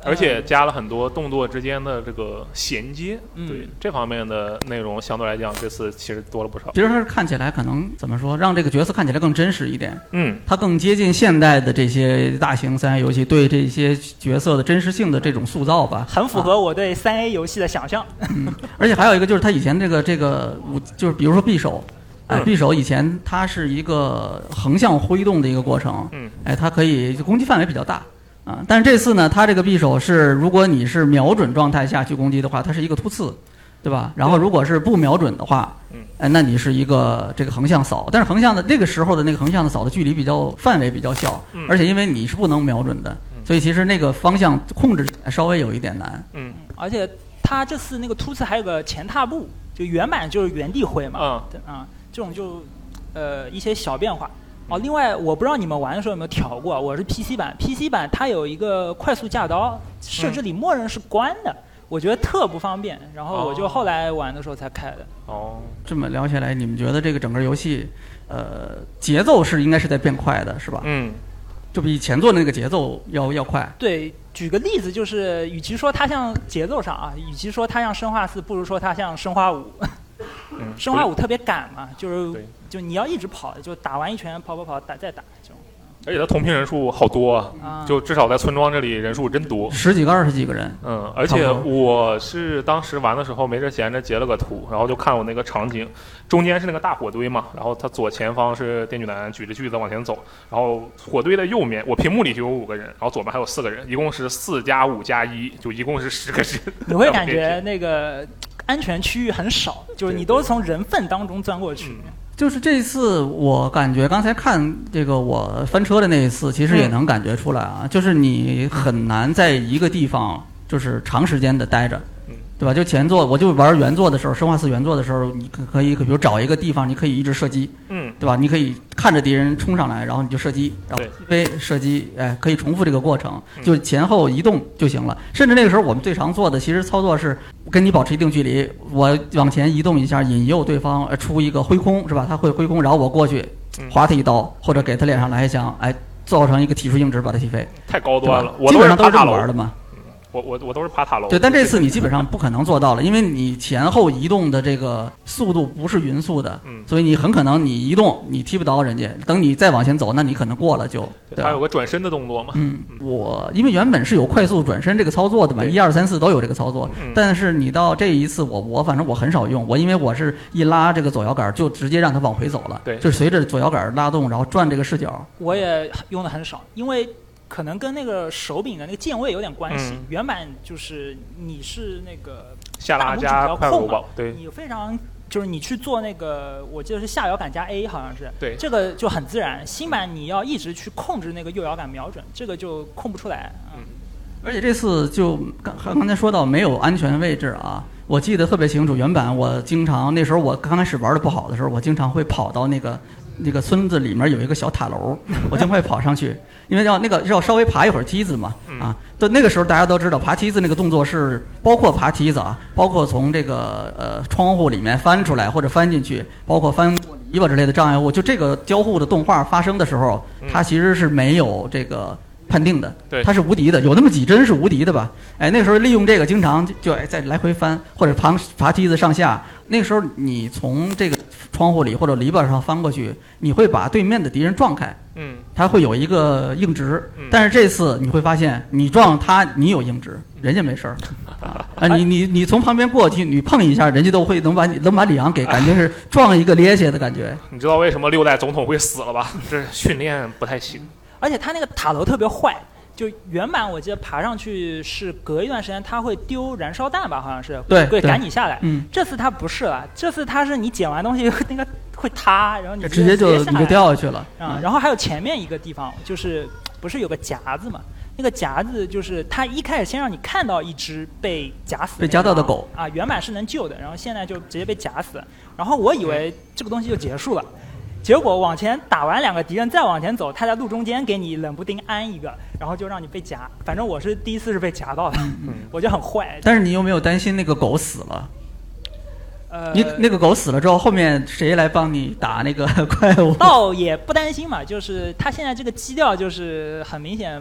而且加了很多动作之间的这个衔接， 嗯、 对这方面的内容相对来讲，这次其实多了不少。 其实看起来可能怎么说，让这个角色看起来更真实一点。 嗯， 它更接近现代的这些大型三 A 游戏对这些角色的真实性的这种塑造吧， 很符合我对三 A 游戏的想象。 嗯，而且还有一个就是它以前这个这个武，就是比如说匕首。哎，匕首以前它是一个横向挥动的一个过程， 嗯， 哎，它可以攻击范围比较大啊。但是这次呢，它这个匕首是，如果你是瞄准状态下去攻击的话，它是一个突刺，对吧？然后如果是不瞄准的话， 嗯， 哎，那你是一个这个横向扫。但是横向的那个时候的那个横向的扫的距离比较范围比较小， 嗯， 而且因为你是不能瞄准的， 嗯， 所以其实那个方向控制稍微有一点难。 嗯， 而且它这次那个突刺还有个前踏步，就原版就是原地挥嘛， 啊、 嗯，啊，这种就。呃，一些小变化哦。另外，我不知道你们玩的时候有没有调过，我是 P C 版 ，P C 版它有一个快速架刀，设置里默认是关的，嗯、我觉得特不方便。然后我就后来玩的时候才开的。 哦， 这么聊下来，你们觉得这个整个游戏，呃，节奏是应该是在变快的，是吧？ 嗯， 就比前作那个节奏要要快。 对，举个例子，就是与其说它像节奏上啊，与其说它像生化四，不如说它像生化五。 嗯， 生化五特别赶嘛，就是就你要一直跑，就打完一拳跑跑跑打再打这种。 而且它同屏人数好多啊， 啊就至少在村庄这里人数真多， 十几个二十几个人。 嗯，而且我是当时玩的时候没事闲着截了个图，然后就看我那个场景，中间是那个大火堆嘛，然后它左前方是电锯男举着锯子往前走，然后火堆的右面我屏幕里就有五个人，然后左边还有四个人，一共是四加五加一，就一共是十个人。 你会感觉那个安全区域很少，就是你都是从人缝当中钻过去。 嗯， 就是这一次，我感觉刚才看这个我翻车的那一次，其实也能感觉出来啊，嗯、就是你很难在一个地方就是长时间的待着， 嗯， 对吧？就前作我就玩原作的时候，生化四原作的时候，你可以比如找一个地方，你可以一直射击， 嗯， 对吧？你可以看着敌人冲上来，然后你就射击，然后飞射击，哎，可以重复这个过程，就前后移动就行了。甚至那个时候我们最常做的，其实操作是跟你保持一定距离，我往前移动一下，引诱对方出一个挥空，是吧？他会挥空，然后我过去划他一刀，或者给他脸上来一枪，哎，造成一个体术硬直把他踢飞。 太高端了， 基本上都是这么玩的嘛。 我我我都是爬塔楼。 对，但这次你基本上不可能做到了，因为你前后移动的这个速度不是匀速的， 嗯， 所以你很可能你移动你踢不着人家，等你再往前走，那你可能过了就。 对，它有个转身的动作嘛。 嗯，我因为原本是有快速转身这个操作的嘛，一二三四都有这个操作， 嗯、 但是你到这一次我我反正我很少用，我因为我是一拉这个左摇杆就直接让它往回走了， 对， 就随着左摇杆拉动然后转这个视角。 我也用的很少，因为。可能跟那个手柄的那个键位有点关系。 嗯、 原版就是你是那个下拉加快手宝，对， 你非常就是你去做那个，我记得是下摇杆加 A 好像是， 对， 这个就很自然。新版你要一直去控制那个右摇杆瞄准，这个就控不出来。嗯， 而且这次就刚刚才说到没有安全位置啊，我记得特别清楚。原版我经常那时候我刚开始玩的不好的时候，我经常会跑到那个那个村子里面有一个小塔楼，我经常会跑上去。因为要那个要稍微爬一会儿梯子嘛，啊，到那个时候大家都知道，爬梯子那个动作是包括爬梯子啊，包括从这个呃窗户里面翻出来或者翻进去，包括翻过篱笆之类的障碍物，就这个交互的动画发生的时候，它其实是没有这个判定的， 对， 它是无敌的，有那么几帧是无敌的吧？哎，那个时候利用这个，经常就哎再来回翻或者爬爬梯子上下，那个时候你从这个窗户里或者篱笆上翻过去，你会把对面的敌人撞开。 嗯， 它会有一个硬直，但是这次你会发现，你撞他，你有硬直，人家没事儿。啊，你你你从旁边过去，你碰一下，人家都会能把你能把李阳给感觉是撞一个趔趄的感觉。 你知道为什么六代总统会死了吧？这训练不太行。 而且他那个塔楼特别坏，就原版我记得爬上去是隔一段时间他会丢燃烧弹吧，好像是， 对， 会赶你下来。 嗯， 这次他不是了，这次他是你捡完东西那个会塌，然后你直接就你就掉下去了啊、嗯。然后还有前面一个地方，就是不是有个夹子嘛？那个夹子就是他一开始先让你看到一只被夹死的被夹到的狗啊，原版是能救的，然后现在就直接被夹死了。然后我以为这个东西就结束了。结果往前打完两个敌人，再往前走，他在路中间给你冷不丁安一个，然后就让你被夹。反正我是第一次是被夹到的， 嗯、 我就很坏。 但是你有没有担心那个狗死了？ 呃， 你那个狗死了之后，后面谁来帮你打那个怪物？ 倒也不担心嘛，就是他现在这个基调就是很明显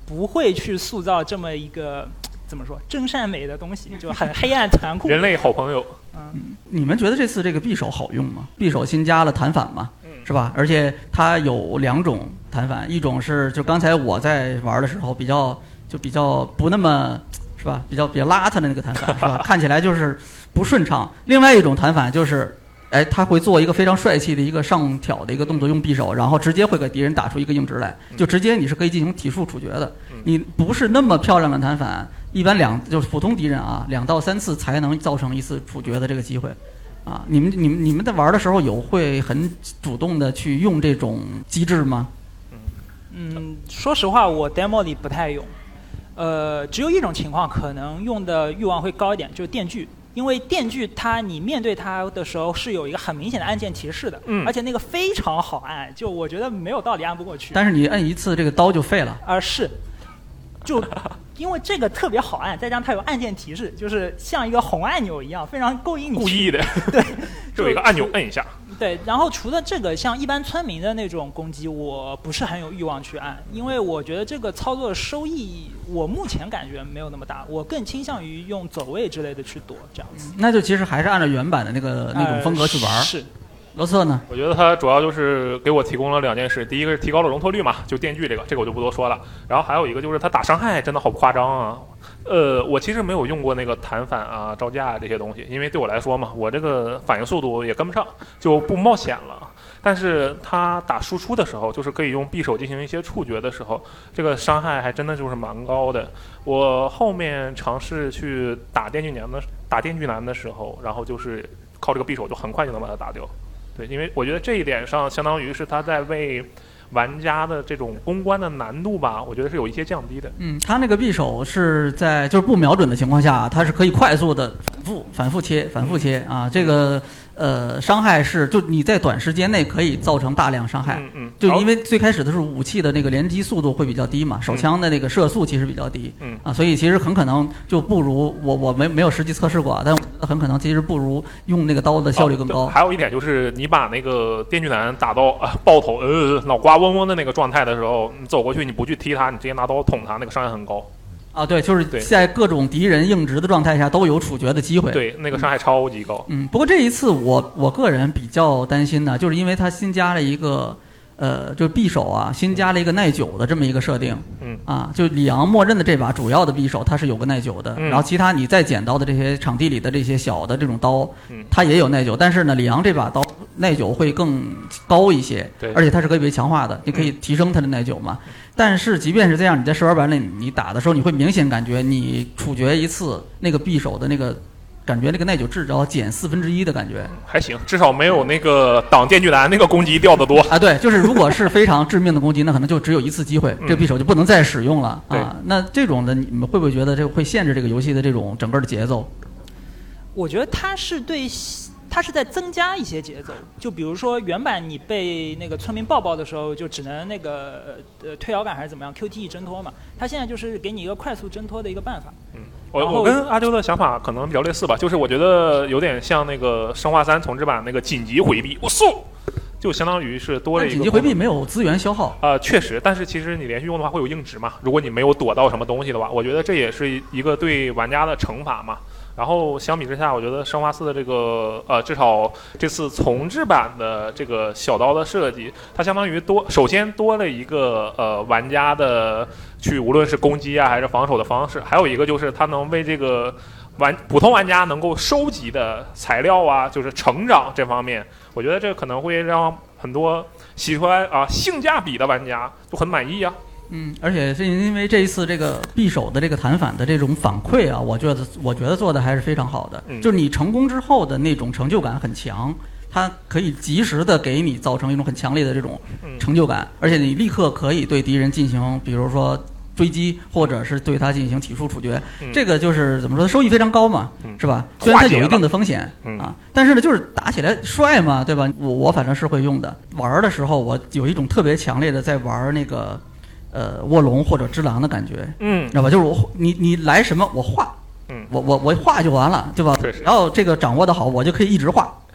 不会去塑造这么一个怎么说真善美的东西，就很黑暗残酷。 人类好朋友。 嗯， 你们觉得这次这个匕首好用吗？匕首新加了弹反嘛，是吧？而且它有两种弹反，一种是就刚才我在玩的时候比较就比较不那么是吧，比较比较邋遢的那个弹反是吧？看起来就是不顺畅。另外一种弹反就是。哎，他会做一个非常帅气的一个上挑的一个动作，用匕首，然后直接会给敌人打出一个硬直来，就直接你是可以进行体术处决的。你不是那么漂亮的弹反，一般两就是普通敌人啊，两到三次才能造成一次处决的这个机会。啊，你们你们你们在玩的时候有会很主动的去用这种机制吗？ 嗯，说实话，我 demo 里不太用。呃，只有一种情况可能用的欲望会高一点，就是电锯。因为电锯它，你面对它的时候是有一个很明显的按键提示的， 嗯， 而且那个非常好按，就我觉得没有道理按不过去。 但是你按一次，这个刀就废了。 啊、呃，是，就因为这个特别好按，再加上它有按键提示，就是像一个红按钮一样，非常勾引你。 故意的。 对， 就有一个按钮摁一下。 对，然后除了这个，像一般村民的那种攻击，我不是很有欲望去按，因为我觉得这个操作收益，我目前感觉没有那么大，我更倾向于用走位之类的去躲这样子。 那就其实还是按照原版的那个那种风格去玩。 呃、是。 罗策呢？ 我觉得它主要就是给我提供了两件事，第一个是提高了容错率嘛，就电锯这个，这个我就不多说了。然后还有一个就是它打伤害真的好夸张啊。呃，我其实没有用过那个弹反啊、招架这些东西，因为对我来说嘛，我这个反应速度也跟不上，就不冒险了。但是它打输出的时候，就是可以用匕首进行一些处决的时候，这个伤害还真的就是蛮高的。我后面尝试去打电锯男的打电锯男的时候，然后就是靠这个匕首就很快就能把它打掉。对，因为我觉得这一点上，相当于是他在为玩家的这种攻关的难度吧，我觉得是有一些降低的。 嗯，他那个匕首是在就是不瞄准的情况下，它是可以快速的反复、反复切、反复切啊。这个呃伤害是就你在短时间内可以造成大量伤害。 嗯嗯。 就因为最开始的时候武器的那个连击速度会比较低嘛，手枪的那个射速其实比较低。 嗯。 啊，所以其实很可能就不如我我没没有实际测试过，但我觉得很可能其实不如用那个刀的效率更高。 哦、还有一点就是你把那个电锯男打到呃爆头呃脑瓜嗡嗡的那个状态的时候，你走过去你不去踢他，你直接拿刀捅他，那个伤害很高。 啊，对，就是在各种敌人硬直的状态下都有处决的机会。 对，那个伤害超级高。 嗯，不过这一次我我个人比较担心的，就是因为它新加了一个呃，就是匕首啊，新加了一个耐久的这么一个设定。 嗯。 啊，就里昂默认的这把主要的匕首它是有个耐久的， 嗯、 然后其他你再捡到的这些场地里的这些小的这种刀， 嗯， 它也有耐久，但是呢，里昂这把刀耐久会更高一些， 对， 而且它是可以被强化的，你可以提升它的耐久嘛。嗯、但是即便是这样，你在试玩版里你打的时候，你会明显感觉你处决一次那个匕首的那个。感觉那个耐久至少减四分之一的感觉， 还行，至少没有那个挡电锯男那个攻击掉得多啊。对，就是如果是非常致命的攻击，那可能就只有一次机会，这个匕首就不能再使用了、 嗯、 啊。那这种的，你们会不会觉得这会限制这个游戏的这种整个的节奏？ 我觉得它是对。它是在增加一些节奏，就比如说原版你被那个村民抱抱的时候，就只能那个呃推摇杆还是怎么样 Q T E 挣脱嘛。它现在就是给你一个快速挣脱的一个办法。 嗯，我我跟阿周的想法可能比较类似吧，就是我觉得有点像那个生化三重置版那个紧急回避，我嗖，就相当于是多了一个紧急回避没有资源消耗啊、呃，确实，但是其实你连续用的话会有硬直嘛，如果你没有躲到什么东西的话，我觉得这也是一个对玩家的惩罚嘛。然后相比之下，我觉得生化四的这个呃，至少这次重置版的这个小刀的设计，它相当于多，首先多了一个呃玩家的去无论是攻击啊还是防守的方式，还有一个就是它能为这个玩普通玩家能够收集的材料啊，就是成长这方面，我觉得这可能会让很多喜欢啊性价比的玩家就很满意啊。 嗯，而且是因为这一次这个匕首的这个弹反的这种反馈啊，我觉得我觉得做的还是非常好的。 嗯、 就是你成功之后的那种成就感很强，它可以及时的给你造成一种很强烈的这种成就感，嗯、而且你立刻可以对敌人进行，比如说追击，或者是对他进行体术处决。 嗯、 这个就是怎么说，收益非常高嘛， 嗯、 是吧？虽然它有一定的风险、 嗯、 啊，但是呢，就是打起来帅嘛，对吧？我我反正是会用的。玩的时候，我有一种特别强烈的在玩那个。呃，卧龙或者只狼的感觉， 嗯， 知道吧？就是我你你来什么我画， 嗯， 我我我画就完了，对吧？ 对。 然后这个掌握的好，我就可以一直画，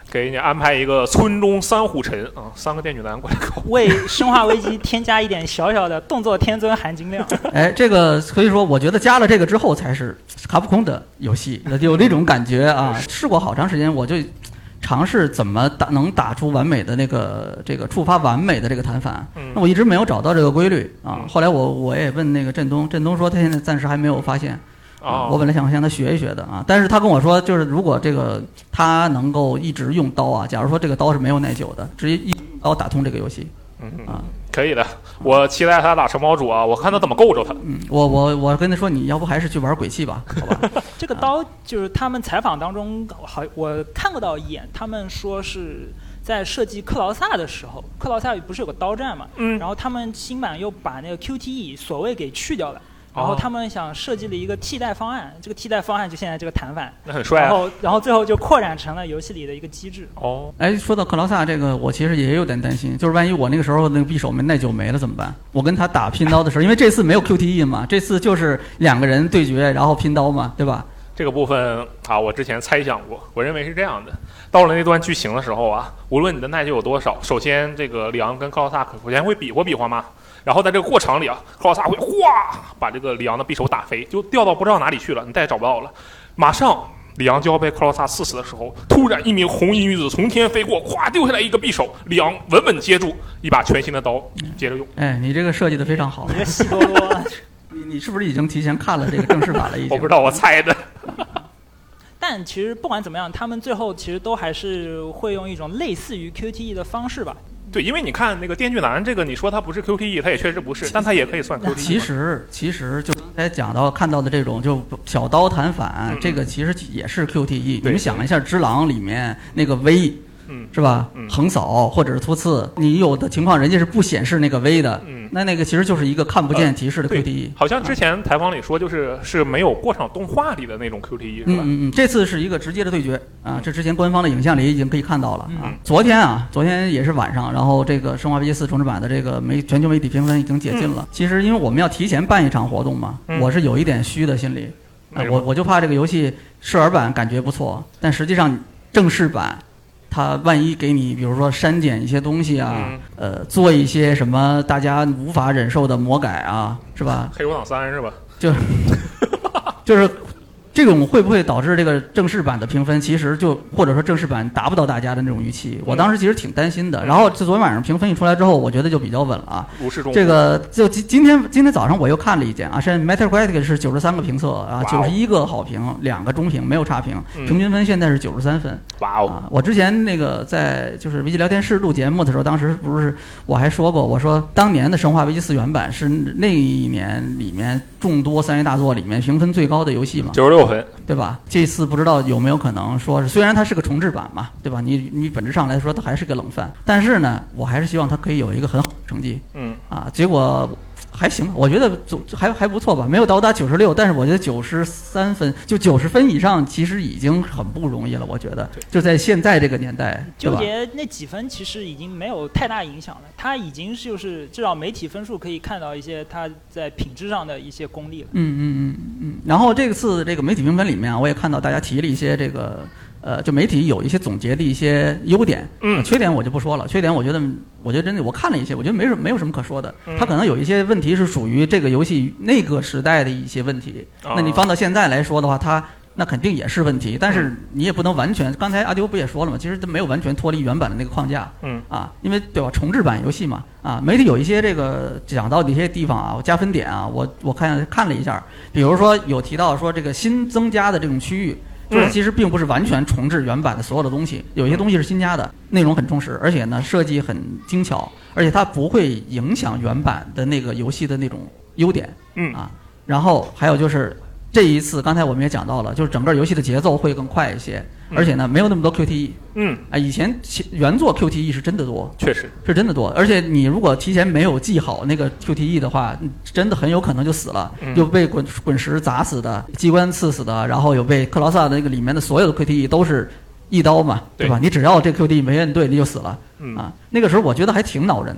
给你安排一个村中三虎臣啊，三个电锯男过来搞， 为《生化危机》添加一点小小的动作天尊含金量。 哎，这个所以说，我觉得加了这个之后才是卡普空的游戏，有这种感觉啊。试过好长时间，我就尝试怎么打能打出完美的那个这个触发完美的这个弹反， 嗯、 那我一直没有找到这个规律啊。后来我我也问那个振东，振东说他现在暂时还没有发现。啊，我本来想向他学一学的啊，但是他跟我说，就是如果这个他能够一直用刀啊，假如说这个刀是没有耐久的，直接一刀打通这个游戏， 嗯啊， 可以的。我期待他打城堡主啊，我看他怎么够着他。 嗯，我我我跟他说，你要不还是去玩鬼泣吧，好吧？ 这个刀就是他们采访当中好，我看过到一眼，他们说是在设计克劳萨的时候，克劳萨不是有个刀战嘛， 嗯， 然后他们新版又把那个 Q T E 所谓给去掉了。然后他们想设计了一个替代方案，这个替代方案就现在这个弹反， 那很帅啊。 然后，然后最后就扩展成了游戏里的一个机制。 哦， 哎，说到克劳萨这个，我其实也有点担心，就是万一我那个时候那个匕首没耐久没了怎么办？我跟他打拼刀的时候，因为这次没有 Q T E 嘛，这次就是两个人对决，然后拼刀嘛，对吧？ 这个部分啊，我之前猜想过，我认为是这样的：到了那段剧情的时候啊，无论你的耐久有多少，首先这个里昂跟克劳萨首先会比划比划嘛。然后在这个过程里啊，克劳萨会哗把这个里昂的匕首打飞，就掉到不知道哪里去了，你再也找不到了。马上里昂就要被克劳萨刺死的时候，突然一名红衣女子从天飞过，咵丢下来一个匕首，里昂稳稳接住，一把全新的刀接着用。 哎，你这个设计的非常好。 你这戏多多。 你你是不是已经提前看了这个正式版了？已经我不知道，我猜的。 但其实不管怎么样，他们最后其实都还是会用一种类似于 Q T E 的方式吧。 对，因为你看那个电锯男这个，你说它不是 Q T E， 它也确实不是，但它也可以算 Q T E。 其实其实就刚才讲到看到的这种就小刀弹反，嗯、这个其实也是 Q T E。你们想一下，《只狼》里面那个 V。嗯，是吧？嗯，横扫或者是突刺，你有的情况人家是不显示那个 V 的，嗯，那那个其实就是一个看不见提示的 Q T E。 呃、好像之前采访里说，就是是没有过场动画里的那种 Q T E， 是吧？ 嗯嗯，这次是一个直接的对决啊！这之前官方的影像里已经可以看到了啊。昨天啊，昨天也是晚上，然后这个《生化危机四》重置版的这个媒全球媒体评分已经解禁了。嗯、其实因为我们要提前办一场活动嘛，嗯、我是有一点虚的心理，啊、我我就怕这个游戏试玩版感觉不错，但实际上正式版。他万一给你，比如说删减一些东西啊，嗯、呃，做一些什么大家无法忍受的魔改啊，是吧？ 黑手党三是吧？ 就就是这种会不会导致这个正式版的评分其实就或者说正式版达不到大家的那种预期？我当时其实挺担心的。然后昨天晚上评分一出来之后，我觉得就比较稳了啊。 如释重负。 这个就今今天今天早上我又看了一件啊，现在 Metacritic 是九十三个评测啊，九十一个好评，两个中评，没有差评，平均分现在是九十三分。 哇哦！ 啊，我之前那个在就是危机聊天室录节目的时候，当时不是我还说过，我说当年的《生化危机四》原版是那一年里面众多三 A 大作里面评分最高的游戏嘛， 九十六分， 对吧？这次不知道有没有可能说是，虽然它是个重置版嘛，对吧？你你本质上来说它还是个冷饭，但是呢，我还是希望它可以有一个很好的成绩。 嗯，啊， 结果还行，我觉得还还不错吧，没有到达九十六，但是我觉得九十三分，就九十分以上，其实已经很不容易了。我觉得，就在现在这个年代， 纠结那几分其实已经没有太大影响了，它已经就是至少媒体分数可以看到一些它在品质上的一些功力了。 嗯嗯嗯嗯。然后这次这个媒体评分里面，我也看到大家提了一些这个。呃，就媒体有一些总结的一些优点，嗯，缺点我就不说了。缺点我觉得，我觉得真的，我看了一些，我觉得没什没有什么可说的。它可能有一些问题是属于这个游戏那个时代的一些问题，那你放到现在来说的话，它那肯定也是问题。但是你也不能完全，刚才阿丢不也说了吗？其实它没有完全脱离原版的那个框架，嗯啊，因为对吧，重置版游戏嘛，啊，媒体有一些这个讲到的一些地方啊，加分点啊，我我看看了一下，比如说有提到说这个新增加的这种区域。就是其实并不是完全重置原版的所有的东西，有一些东西是新加的，内容很充实，而且呢设计很精巧，而且它不会影响原版的那个游戏的那种优点，嗯啊，然后还有就是这一次刚才我们也讲到了，就是整个游戏的节奏会更快一些，而且呢没有那么多 Q T E， 嗯啊，以前原作 Q T E 是真的多， 确实是真的多，而且你如果提前没有记好那个 Q T E 的话，真的很有可能就死了，有被滚滚石砸死的，机关刺死的，然后有被克劳萨的那个里面的所有的 Q T E 都是一刀嘛，对吧？你只要这 Q T E 没摁对，你就死了，啊，那个时候我觉得还挺恼人的。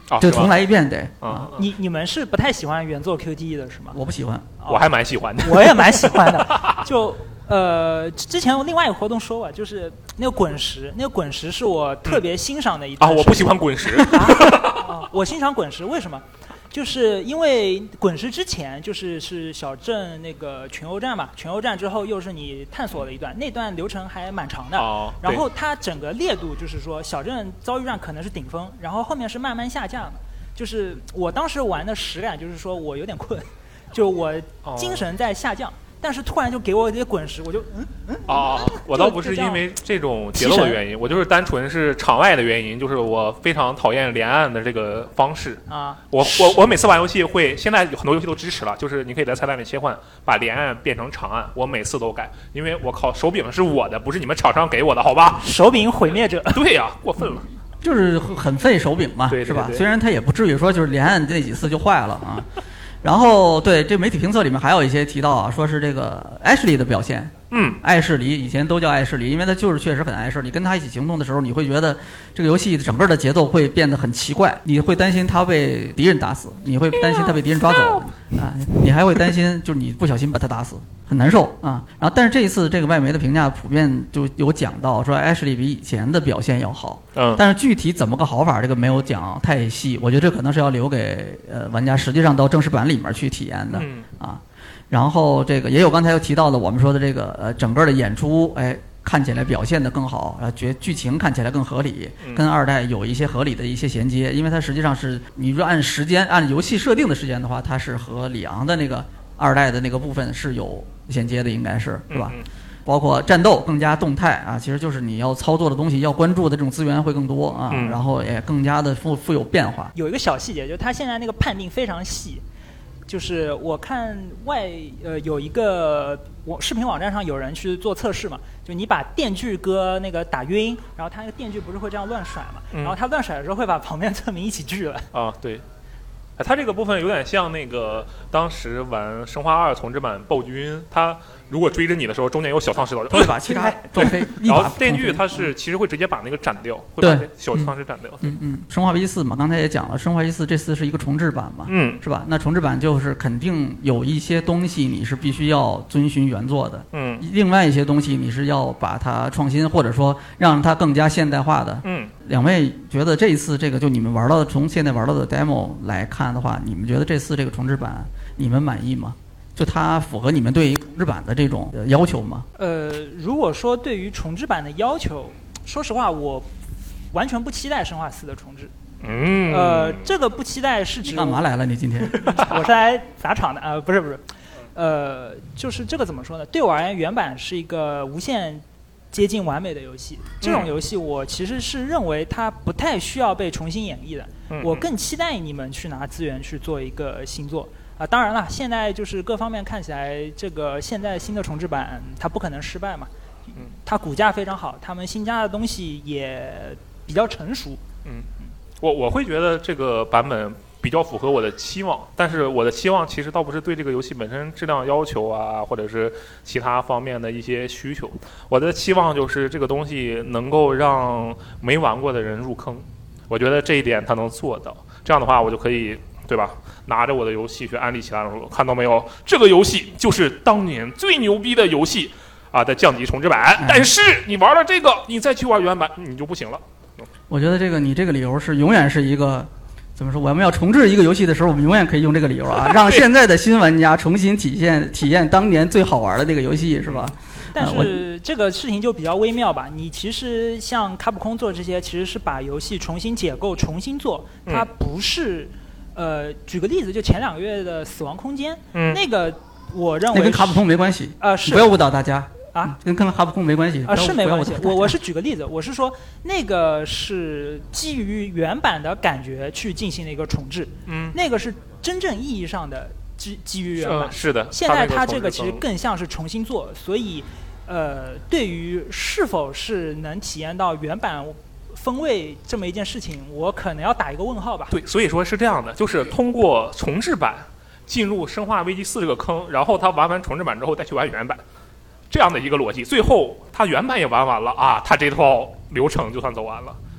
啊、 就重来一遍得。 啊， 你你们是不太喜欢原作 Q T E 的是吗？ 我不喜欢， 哦、 我还蛮喜欢的。 我也蛮喜欢的。就呃，之前另外一个活动说过，就是那个滚石，那个滚石是我特别欣赏的一段、 嗯、啊，我不喜欢滚石。 啊啊、我欣赏滚石，为什么？就是因为滚石之前就是是小镇那个群殴战嘛，群殴战之后又是你探索了一段，那段流程还蛮长的。 哦、 然后它整个烈度就是说小镇遭遇战可能是顶峰，然后后面是慢慢下降的。就是我当时玩的实感就是说我有点困，就我精神在下降。哦，但是突然就给我这些滚石，我就嗯嗯啊，我倒不是因为这种节奏的原因，我就是单纯是场外的原因，就是我非常讨厌连按的这个方式啊。 我我我每次玩游戏会，现在很多游戏都支持了，就是你可以在菜单里切换，把连按变成长按，我每次都改，因为我靠，手柄是我的，不是你们厂商给我的，好吧？ 手柄毁灭者。 对呀、啊，过分了。 就是很费手柄嘛， 对对对是吧？虽然它也不至于说就是连按那几次就坏了啊。然后对这媒体评测里面还有一些提到啊，说是这个艾什莉的表现， 嗯， 艾什莉以前都叫艾什莉，因为他就是确实很艾什莉，跟他一起行动的时候，你会觉得这个游戏整个的节奏会变得很奇怪，你会担心他被敌人打死，你会担心他被敌人抓走啊，你还会担心就是你不小心把他打死，很难受啊。然后但是这一次这个外媒的评价普遍就有讲到说艾什莉比以前的表现要好， 嗯， 但是具体怎么个好法这个没有讲太细，我觉得这可能是要留给呃玩家实际上到正式版里面去体验的、 嗯、 啊。然后这个也有刚才又提到的我们说的这个呃整个的演出，哎，看起来表现得更好，啊，剧剧情看起来更合理，跟二代有一些合理的一些衔接，因为它实际上是你说按时间按游戏设定的时间的话，它是和里昂的那个二代的那个部分是有衔接的，应该是是吧？ 嗯嗯， 包括战斗更加动态啊，其实就是你要操作的东西要关注的这种资源会更多啊， 嗯、 然后也更加的富富有变化。 有一个小细节，就是它现在那个判定非常细。就是我看外呃有一个我视频网站上有人去做测试嘛，就你把电锯哥那个打晕，然后他那个电锯不是会这样乱甩嘛， 嗯、 然后他乱甩的时候会把旁边村民一起锯了。 啊，对。它这个部分有点像那个当时玩《生化二》重置版暴君，它如果追着你的时候，中间有小丧尸岛， 会把其他撞飞。 然后电锯它是其实会直接把那个斩掉，会把小丧尸斩掉。 嗯嗯，生化危机四嘛，刚才也讲了，生化危机四这次是一个重置版嘛， 嗯， 是吧？那重置版就是肯定有一些东西你是必须要遵循原作的， 嗯， 另外一些东西你是要把它创新，或者说让它更加现代化的， 嗯。 两位觉得这一次这个就你们玩到的，从现在玩到的 demo 来看的话，你们觉得这次这个重置版你们满意吗？就它符合你们对于重置版的这种要求吗？ 呃，如果说对于重置版的要求，说实话，我完全不期待生化四的重置。 嗯。 呃，这个不期待是指干嘛来了？你今天？ 我是来砸场的啊、呃，不是不是，呃，就是这个怎么说呢？对我而言，原版是一个无限接近完美的游戏，这种游戏我其实是认为它不太需要被重新演绎的。 嗯、 我更期待你们去拿资源去做一个新作啊！当然了，现在就是各方面看起来，这个现在新的重置版它不可能失败嘛。 嗯， 它骨架非常好，他们新加的东西也比较成熟。 嗯，我我会觉得这个版本比较符合我的期望，但是我的期望其实倒不是对这个游戏本身质量要求啊，或者是其他方面的一些需求。我的期望就是这个东西能够让没玩过的人入坑，我觉得这一点它能做到。这样的话，我就可以，对吧？拿着我的游戏去安利其他人说，看到没有，这个游戏就是当年最牛逼的游戏啊的降级重置版。但是你玩了这个，你再去玩原版，你就不行了。 我觉得这个你这个理由是永远是一个。怎么说？我们要重置一个游戏的时候，我们永远可以用这个理由啊，让现在的新玩家重新体现体验当年最好玩的那个游戏，是吧？ 但是这个事情就比较微妙吧。你其实像卡普空做这些，其实是把游戏重新解构、重新做，它不是。呃，举个例子，就前两个月的《死亡空间》， 嗯， 那个我认为那跟卡普空没关系啊、呃，是不要误导大家。 啊， 跟跟卡普空没关系啊，是没关系。我我是举个例子，我是说那个是基于原版的感觉去进行的一个重置， 嗯， 那个是真正意义上的基基于原版、 呃。是的。 现在它这个其实更像是重新做，所以呃，对于是否是能体验到原版风味这么一件事情，我可能要打一个问号吧。 对，所以说是这样的，就是通过重置版进入《生化危机四》这个坑，然后他玩完重置版之后再去玩原版。这样的一个逻辑，最后他原版也玩完了啊，他这套流程就算走完了。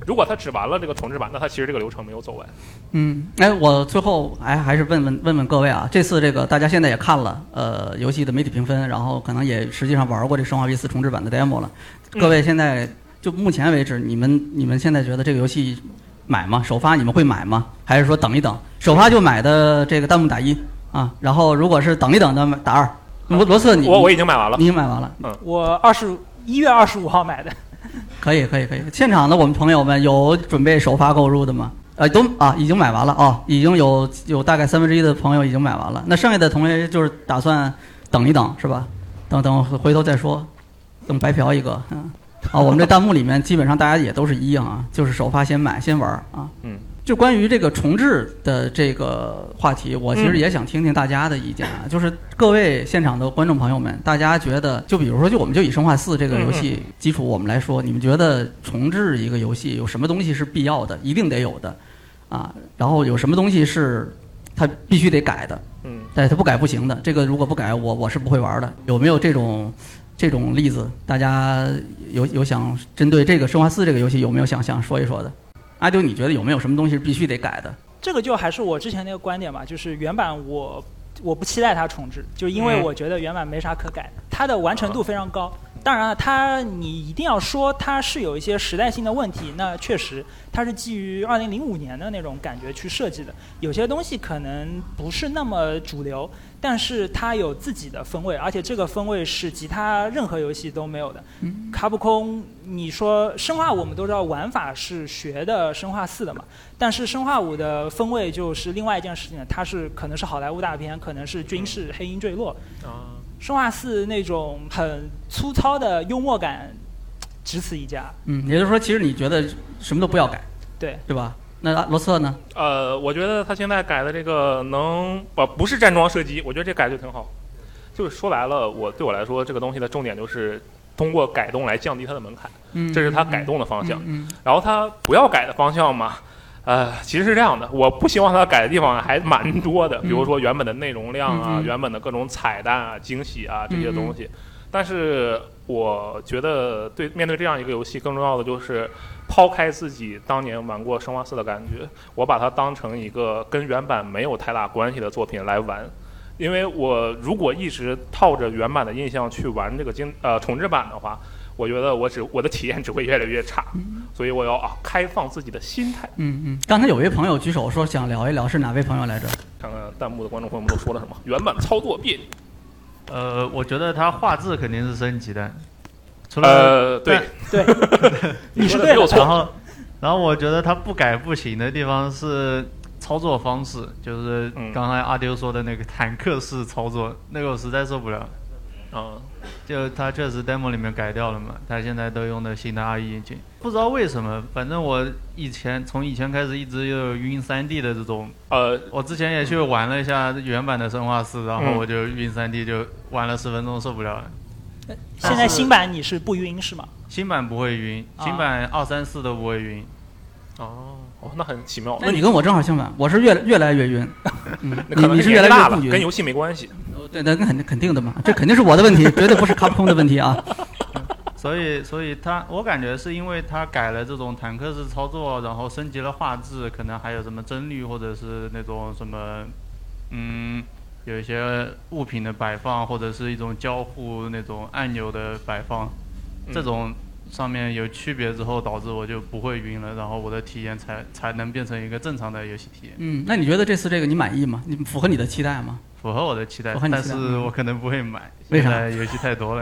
如果他只玩了这个重置版，那他其实这个流程没有走完。 嗯，哎，我最后哎还是问问问问各位啊，这次这个大家现在也看了呃游戏的媒体评分，然后可能也实际上玩过这《生化危四》重置版的 demo 了。各位现在就目前为止，你们你们现在觉得这个游戏买吗？首发你们会买吗？还是说等一等？首发就买的这个弹幕打一啊，然后如果是等一等的打二。罗罗瑟，你我我已经买完了， 你已经买完了。 嗯，我二十一月二十五号买的。 可以可以可以，现场的我们朋友们有准备首发购入的吗？呃，都啊已经买完了哦，已经有有大概三分之一的朋友已经买完了。那剩下的同学就是打算等一等是吧？等等回头再说，等白嫖一个。嗯，啊，我们这弹幕里面基本上大家也都是一样啊，就是首发先买先玩啊。 嗯。 就关于这个重置的这个话题，我其实也想听听大家的意见啊。嗯、就是各位现场的观众朋友们，大家觉得，就比如说，就我们就以《生化四》这个游戏基础我们来说，你们觉得重置一个游戏有什么东西是必要的，一定得有的啊？然后有什么东西是它必须得改的？嗯，对，它不改不行的。这个如果不改，我我是不会玩的。有没有这种这种例子？大家有有想针对这个《生化四》这个游戏有没有想想说一说的？阿丢，你觉得有没有什么东西是必须得改的？ 这个就还是我之前那个观点吧，就是原版我我不期待它重置，就因为我觉得原版没啥可改的，它的完成度非常高。当然了，它你一定要说它是有一些时代性的问题，那确实它是基于二零零五年的那种感觉去设计的，有些东西可能不是那么主流，但是它有自己的风味，而且这个风味是其他任何游戏都没有的。嗯、卡普空，你说生化我们都知道玩法是学的生化四的嘛，但是生化五的风味就是另外一件事情，它是可能是好莱坞大片，可能是军事黑鹰坠落。啊、生化四那种很粗糙的幽默感，只此一家。 嗯，也就是说，其实你觉得什么都不要改， 对对吧？那罗瑟呢？ 呃，我觉得他现在改的这个能呃不是站桩射击，我觉得这改就挺好。就是说白了，我对我来说，这个东西的重点就是通过改动来降低它的门槛，嗯、这是他改动的方向。嗯嗯、然后他不要改的方向嘛，呃，其实是这样的，我不希望他改的地方还蛮多的，比如说原本的内容量啊，嗯、原本的各种彩蛋啊、惊喜啊这些东西。嗯、但是我觉得对面对这样一个游戏，更重要的就是抛开自己当年玩过《生化四》的感觉，我把它当成一个跟原版没有太大关系的作品来玩。因为我如果一直套着原版的印象去玩这个精呃重置版的话，我觉得我只我的体验只会越来越差，嗯、所以我要啊开放自己的心态。 嗯嗯。刚才有位朋友举手说想聊一聊，是哪位朋友来着？ 看看弹幕的观众朋友们都说了什么。原版操作别扭。 呃，我觉得它画质肯定是升级的。除了呃对对，你是对的。 然后，然后我觉得它不改不行的地方是操作方式，就是刚才阿丢说的那个坦克式操作，那个我实在受不了。嗯，就它确实 demo 里面改掉了嘛，它现在都用的新的 R E 引擎，不知道为什么，反正我以前从以前开始一直有晕 三 D 的这种，呃，我之前也去玩了一下原版的生化四，然后我就晕 三 D 就玩了十分钟受不了了。 现在新版你是不晕是吗？ 新版不会晕，新版二三四都不会晕。 哦，哦，那很奇妙。 那你跟我正好相反，我是越越来越晕。嗯， 你你是越来越不晕， 跟游戏没关系。 对，那肯定肯定的嘛，这肯定是我的问题，绝对不是卡普空的问题啊。 所以，所以他，我感觉是因为他改了这种坦克式操作，然后升级了画质，可能还有什么帧率，或者是那种什么，嗯，有一些物品的摆放，或者是一种交互那种按钮的摆放，这种上面有区别之后，导致我就不会晕了，然后我的体验才才能变成一个正常的游戏体验。 嗯，那你觉得这次这个你满意吗？你符合你的期待吗？ 符合我的期待， 期待但是我可能不会买。 为啥？ 游戏太多了。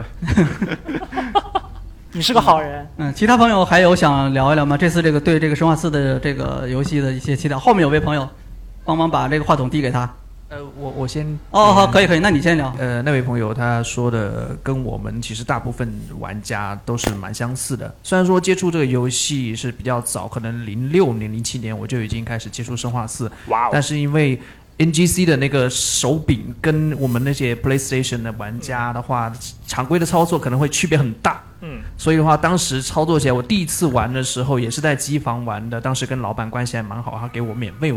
你是个好人。 嗯，其他朋友还有想聊一聊吗？这次这个对这个生化四的这个游戏的一些期待。后面有位朋友，帮忙把这个话筒递给他。 呃，我我先哦，好，可以可以，那你先聊。 呃，那位朋友他说的跟我们其实大部分玩家都是蛮相似的。虽然说接触这个游戏是比较早，可能零六年、零七年我就已经开始接触生化四，哇，但是因为N G C 的那个手柄跟我们那些 PlayStation 的玩家的话，常规的操作可能会区别很大。嗯，所以的话，当时操作起来，我第一次玩的时候也是在机房玩的，当时跟老板关系还蛮好，他给我免费玩。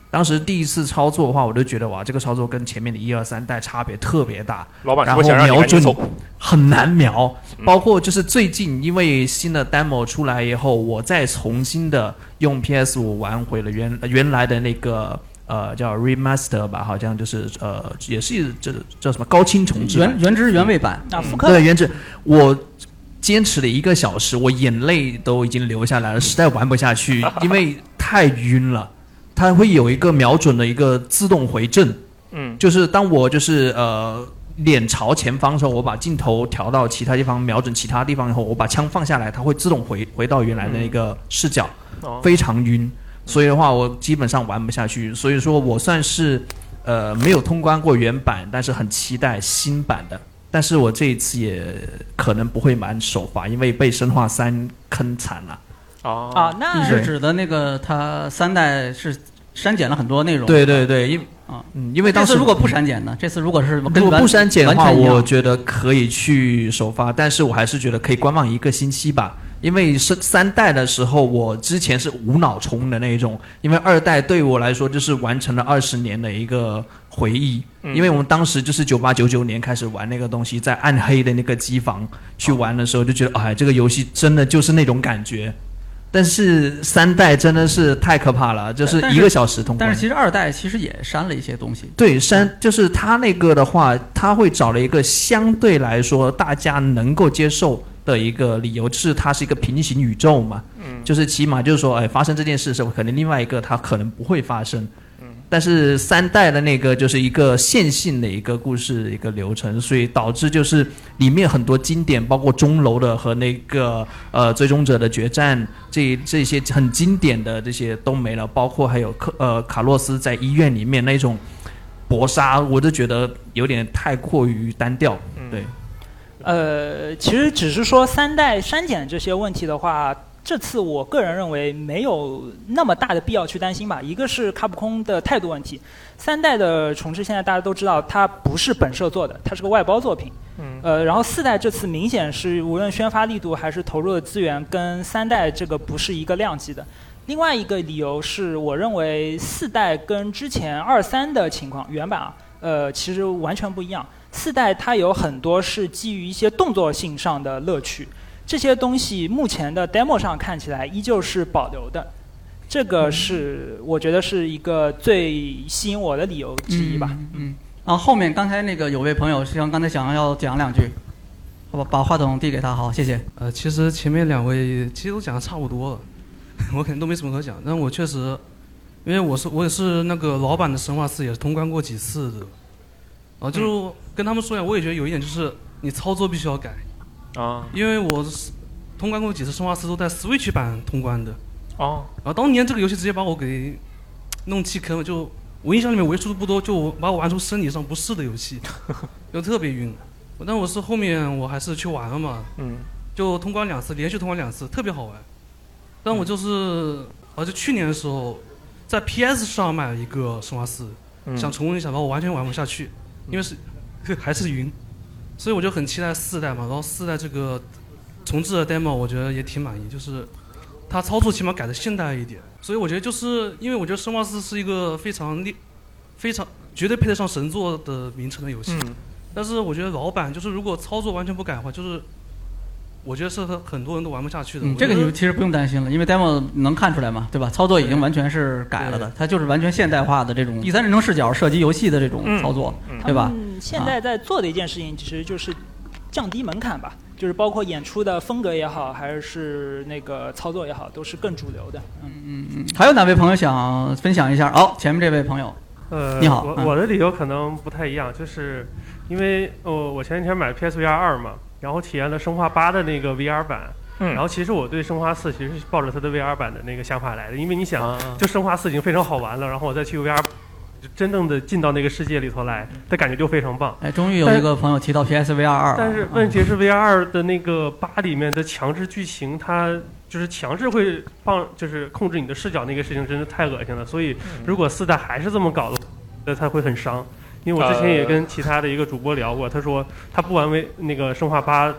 当时第一次操作的话，我就觉得哇，这个操作跟前面的一二三代差别特别大。 老板然后想让瞄准走很难瞄， 嗯、 包括就是最近因为新的 demo 出来以后，我再重新的用 P S 五 玩回了原原来的那个呃叫 remaster 吧，好像就是呃也是这叫什么高清重制原原汁原味版啊，复刻对原汁我。坚持了一个小时，我眼泪都已经流下来了，实在玩不下去，因为太晕了。它会有一个瞄准的一个自动回正， 嗯， 就是当我就是呃脸朝前方的时候，我把镜头调到其他地方，瞄准其他地方以后，我把枪放下来，它会自动回回到原来的那个视角， 嗯、 非常晕。所以的话，我基本上玩不下去。所以说我算是呃没有通关过原版，但是很期待新版的。但是我这一次也可能不会玩首发，因为被生化三坑惨了。 哦啊，那你是指的那个它三代是删减了很多内容？ 对对对，因啊， 嗯，因为当时这次如果不删减呢？这次如果是跟如果不删减的话，我觉得得可以去首发，但是我还是觉得可以观望一个星期吧。因为是三代的时候，我之前是无脑冲的那一种，因为二代对我来说就是完成了二十年的一个回忆。因为我们当时就是九八九九年开始玩那个东西，在暗黑的那个机房去玩的时候，就觉得哎，这个游戏真的就是那种感觉。但是三代真的是太可怕了，就是一个小时通关。 但是其实二代其实也删了一些东西。 对，删就是他那个的话，他会找了一个相对来说大家能够接受的一个理由，就是它是一个平行宇宙嘛。嗯，就是起码就是说，哎，发生这件事的时候，可能另外一个它可能不会发生。但是三代的那个就是一个线性的一个故事的一个流程，所以导致就是里面很多经典，包括钟楼的和那个呃追踪者的决战，这这些很经典的这些都没了，包括还有克呃卡洛斯在医院里面那种搏杀，我就觉得有点太过于单调。对， 呃，其实只是说三代删减这些问题的话。这次我个人认为没有那么大的必要去担心吧。一个是卡普空的态度问题，三代的重置现在大家都知道它不是本社做的，它是个外包作品。嗯。呃，然后四代这次明显是无论宣发力度还是投入的资源跟三代这个不是一个量级的。另外一个理由是我认为四代跟之前二三的情况原版啊，呃，其实完全不一样。四代它有很多是基于一些动作性上的乐趣。这些东西目前的 demo 上看起来依旧是保留的，这个是我觉得是一个最吸引我的理由之一吧。 嗯，嗯啊，后面刚才那个有位朋友像刚才想要讲两句，好吧，把话筒递给他，好，谢谢。 呃，其实前面两位其实都讲的差不多了，我可能都没什么可讲，但我确实，因为我是我也是那个老版的生化四也是通关过几次的，啊，就是跟他们说一下，我也觉得有一点就是你操作必须要改。啊，因为我通关过几次生化四都在 Switch 版通关的，哦，然后当年这个游戏直接把我给弄弃坑了，就我印象里面为数不多就把我玩出生理上不适的游戏，就特别晕。但我是后面我还是去玩了嘛，嗯，就通关两次，连续通关两次，特别好玩。但我就是啊，就去年的时候在 P S 上买了一个生化四，嗯，想重温一下，然后我完全玩不下去，因为是还是晕。所以我就很期待四代嘛，然后四代这个重置的 demo 我觉得也挺满意，就是它操作起码改的现代一点。所以我觉得就是因为我觉得生化四是一个非常厉、非常绝对配得上神作的名称的游戏，嗯，但是我觉得老版就是如果操作完全不改的话，就是我觉得是很多人都玩不下去的。 嗯，这个你其实不用担心了，因为 demo 能看出来嘛，对吧？操作已经完全是改了的，它就是完全现代化的这种第三人称视角射击游戏的这种操作，嗯嗯，对吧？ 嗯，现在在做的一件事情其实就是降低门槛吧，就是包括演出的风格也好，还是那个操作也好，都是更主流的。 嗯嗯嗯。还有哪位朋友想分享一下？哦，前面这位朋友， 呃， 你好。 我我的理由可能不太一样，就是因为哦，我前几天买 P S V R 二嘛。然后体验了生化八的那个 V R 版，嗯，然后其实我对生化四其实是抱着它的 V R 版的那个想法来的，因为你想，啊、就生化四已经非常好玩了，然后我再去 V R， 就真正的进到那个世界里头来，的感觉就非常棒。 哎，终于有一个朋友提到 P S V R 二， 但是问题是 V R 二的那个八里面的强制剧情，它就是强制会放，就是控制你的视角那个事情，真的太恶心了。所以如果四代还是这么搞的，那它会很伤。因为我之前也跟其他的一个主播聊过，他说他不玩为那个生化八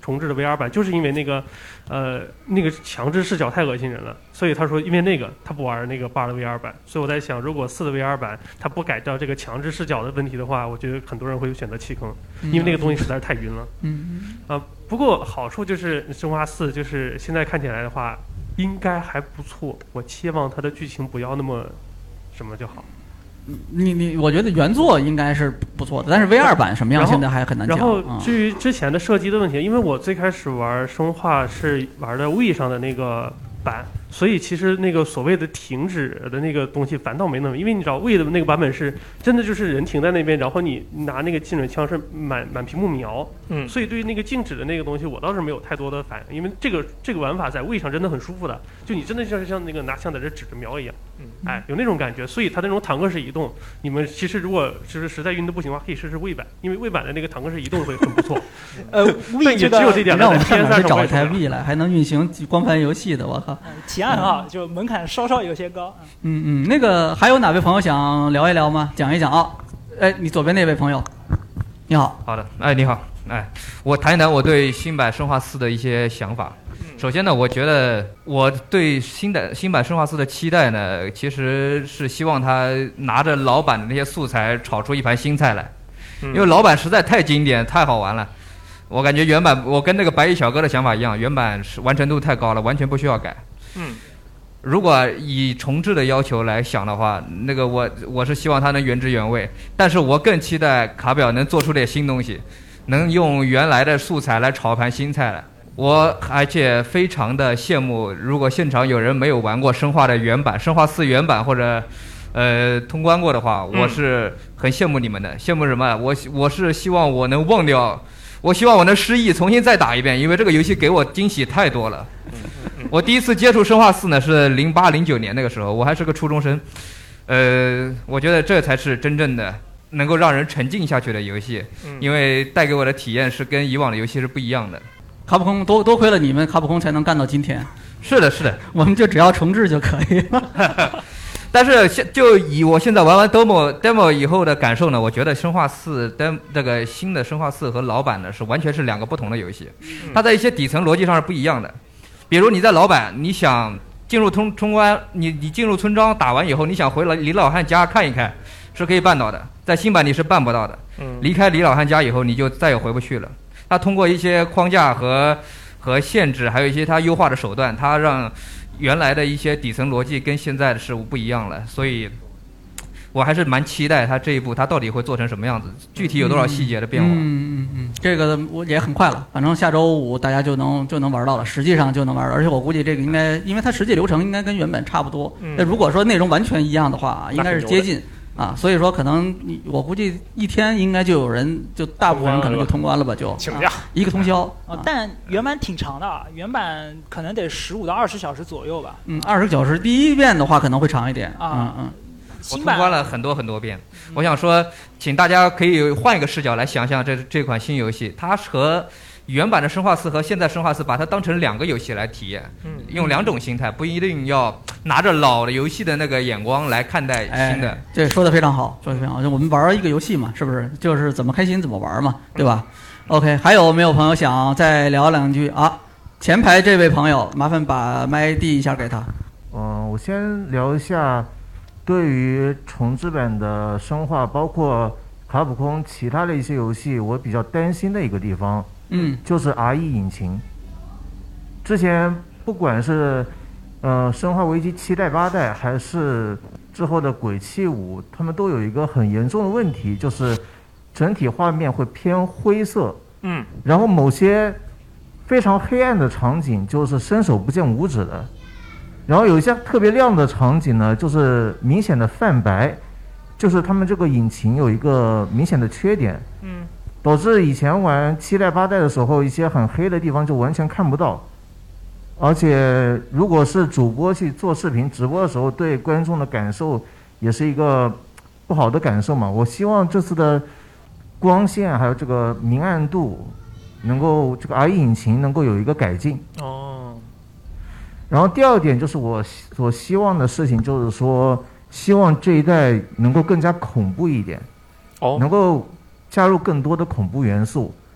重置的 V R 版，就是因为那个呃那个强制视角太恶心人了，所以他说因为那个他不玩那个八的 V R 版。所以我在想，如果四的 V R 版他不改掉这个强制视角的问题的话，我觉得很多人会选择弃坑，因为那个东西实在是太晕了。 嗯啊、呃，不过好处就是生化四就是现在看起来的话应该还不错，我期望它的剧情不要那么什么就好。 你你，我觉得原作应该是不错的，但是 V R 版什么样现在还很难讲。 然后至于之前的射击的问题，因为我最开始玩生化是玩的 Wii 上的那个版，所以其实那个所谓的停止的那个东西反倒没那么，因为你知道 Wii 的那个版本是真的就是人停在那边，然后你拿那个精准枪是满满屏幕瞄， 嗯， 所以对于那个静止的那个东西我倒是没有太多的反应，因为这个这个玩法在 Wii 上真的很舒服的，就你真的像像那个拿枪在这指着瞄一样，嗯，哎，有那种感觉，所以它那种坦克式移动，你们其实如果就是实在晕的不行的话，可以试试 Wii 版，因为 Wii 版的那个坦克式移动会很不错。 呃 ，Wii 这个只有这点，让我们看哪找一台 Wii 来，还能运行光盘游戏的，我靠， 体验很好，就门槛稍稍有些高。 嗯嗯，那个还有哪位朋友想聊一聊吗？讲一讲啊？哎，你左边那位朋友，你好。 好的，哎，你好，哎，我谈一谈我对新版生化四的一些想法。首先呢，我觉得我对新的新版生化四的期待呢，其实是希望他拿着老版的那些素材炒出一盘新菜来，因为老版实在太经典、太好玩了。我感觉原版，我跟那个白衣小哥的想法一样，原版是完成度太高了，完全不需要改。 嗯。 如果以重置的要求来想的话，那个我我是希望它能原汁原味，但是我更期待卡表能做出点新东西，能用原来的素材来炒盘新菜来。我而且非常的羡慕，如果现场有人没有玩过生化的原版，生化四原版或者呃通关过的话，我是很羡慕你们的。羡慕什么？我我是希望我能忘掉，我希望我能失忆，重新再打一遍，因为这个游戏给我惊喜太多了。我第一次接触生化四呢是零八零九年那个时候，我还是个初中生，呃，我觉得这才是真正的能够让人沉浸下去的游戏，因为带给我的体验是跟以往的游戏是不一样的。 卡普空多多亏了你们，卡普空才能干到今天。 是的，是的， 我们就只要重置就可以了。 但是现就以我现在玩完 demo demo 以后的感受呢，我觉得生化四的这个新的生化四和老版呢是完全是两个不同的游戏，它在一些底层逻辑上是不一样的。比如你在老版，你想进入通通关，你你进入村庄打完以后，你想回了李老汉家看一看，是可以办到的。在新版你是办不到的。离开李老汉家以后，你就再也回不去了。它通过一些框架和和限制，还有一些它优化的手段，它让原来的一些底层逻辑跟现在的事物不一样了。所以我还是蛮期待它这一步它到底会做成什么样子，具体有多少细节的变化。 嗯嗯嗯，这个我也很快了，反正下周五大家就能就能玩到了，实际上就能玩，而且我估计这个应该，因为它实际流程应该跟原本差不多。那、嗯、如果说内容完全一样的话，应该是接近啊，所以说可能你我估计一天应该就有人，就大部分人可能就通关了吧，就请假、 啊、一个通宵。 啊，但原版挺长的啊，原版可能得十五到二十小时左右吧。 嗯，二十小时，第一遍的话可能会长一点啊。 嗯嗯。 我通关了很多很多遍，我想说，请大家可以换一个视角来想象这这款新游戏，它和原版的生化四和现在生化四把它当成两个游戏来体验，用两种心态，不一定要拿着老的游戏的那个眼光来看待新的。 哎、这说的非常好，说的非常好。就我们玩一个游戏嘛，是不是？就是怎么开心怎么玩嘛，对吧 ？OK， 还有没有朋友想再聊两句啊？前排这位朋友，麻烦把麦递一下给他。 嗯，我先聊一下。对于重制版的生化，包括卡普空其他的一些游戏，我比较担心的一个地方， 嗯， 就是 R E 引擎。之前不管是呃生化危机七代八代，还是之后的鬼泣五，他们都有一个很严重的问题，就是整体画面会偏灰色， 嗯， 然后某些非常黑暗的场景就是伸手不见五指的。然后有一些特别亮的场景呢，就是明显的泛白，就是他们这个引擎有一个明显的缺点， 嗯， 导致以前玩七代八代的时候，一些很黑的地方就完全看不到。而且如果是主播去做视频直播的时候，对观众的感受也是一个不好的感受嘛。我希望这次的光线还有这个明暗度，能够这个 R E 引擎能够有一个改进。 哦。 然后第二点就是我所希望的事情，就是说希望这一代能够更加恐怖一点， 哦， 能够加入更多的恐怖元素。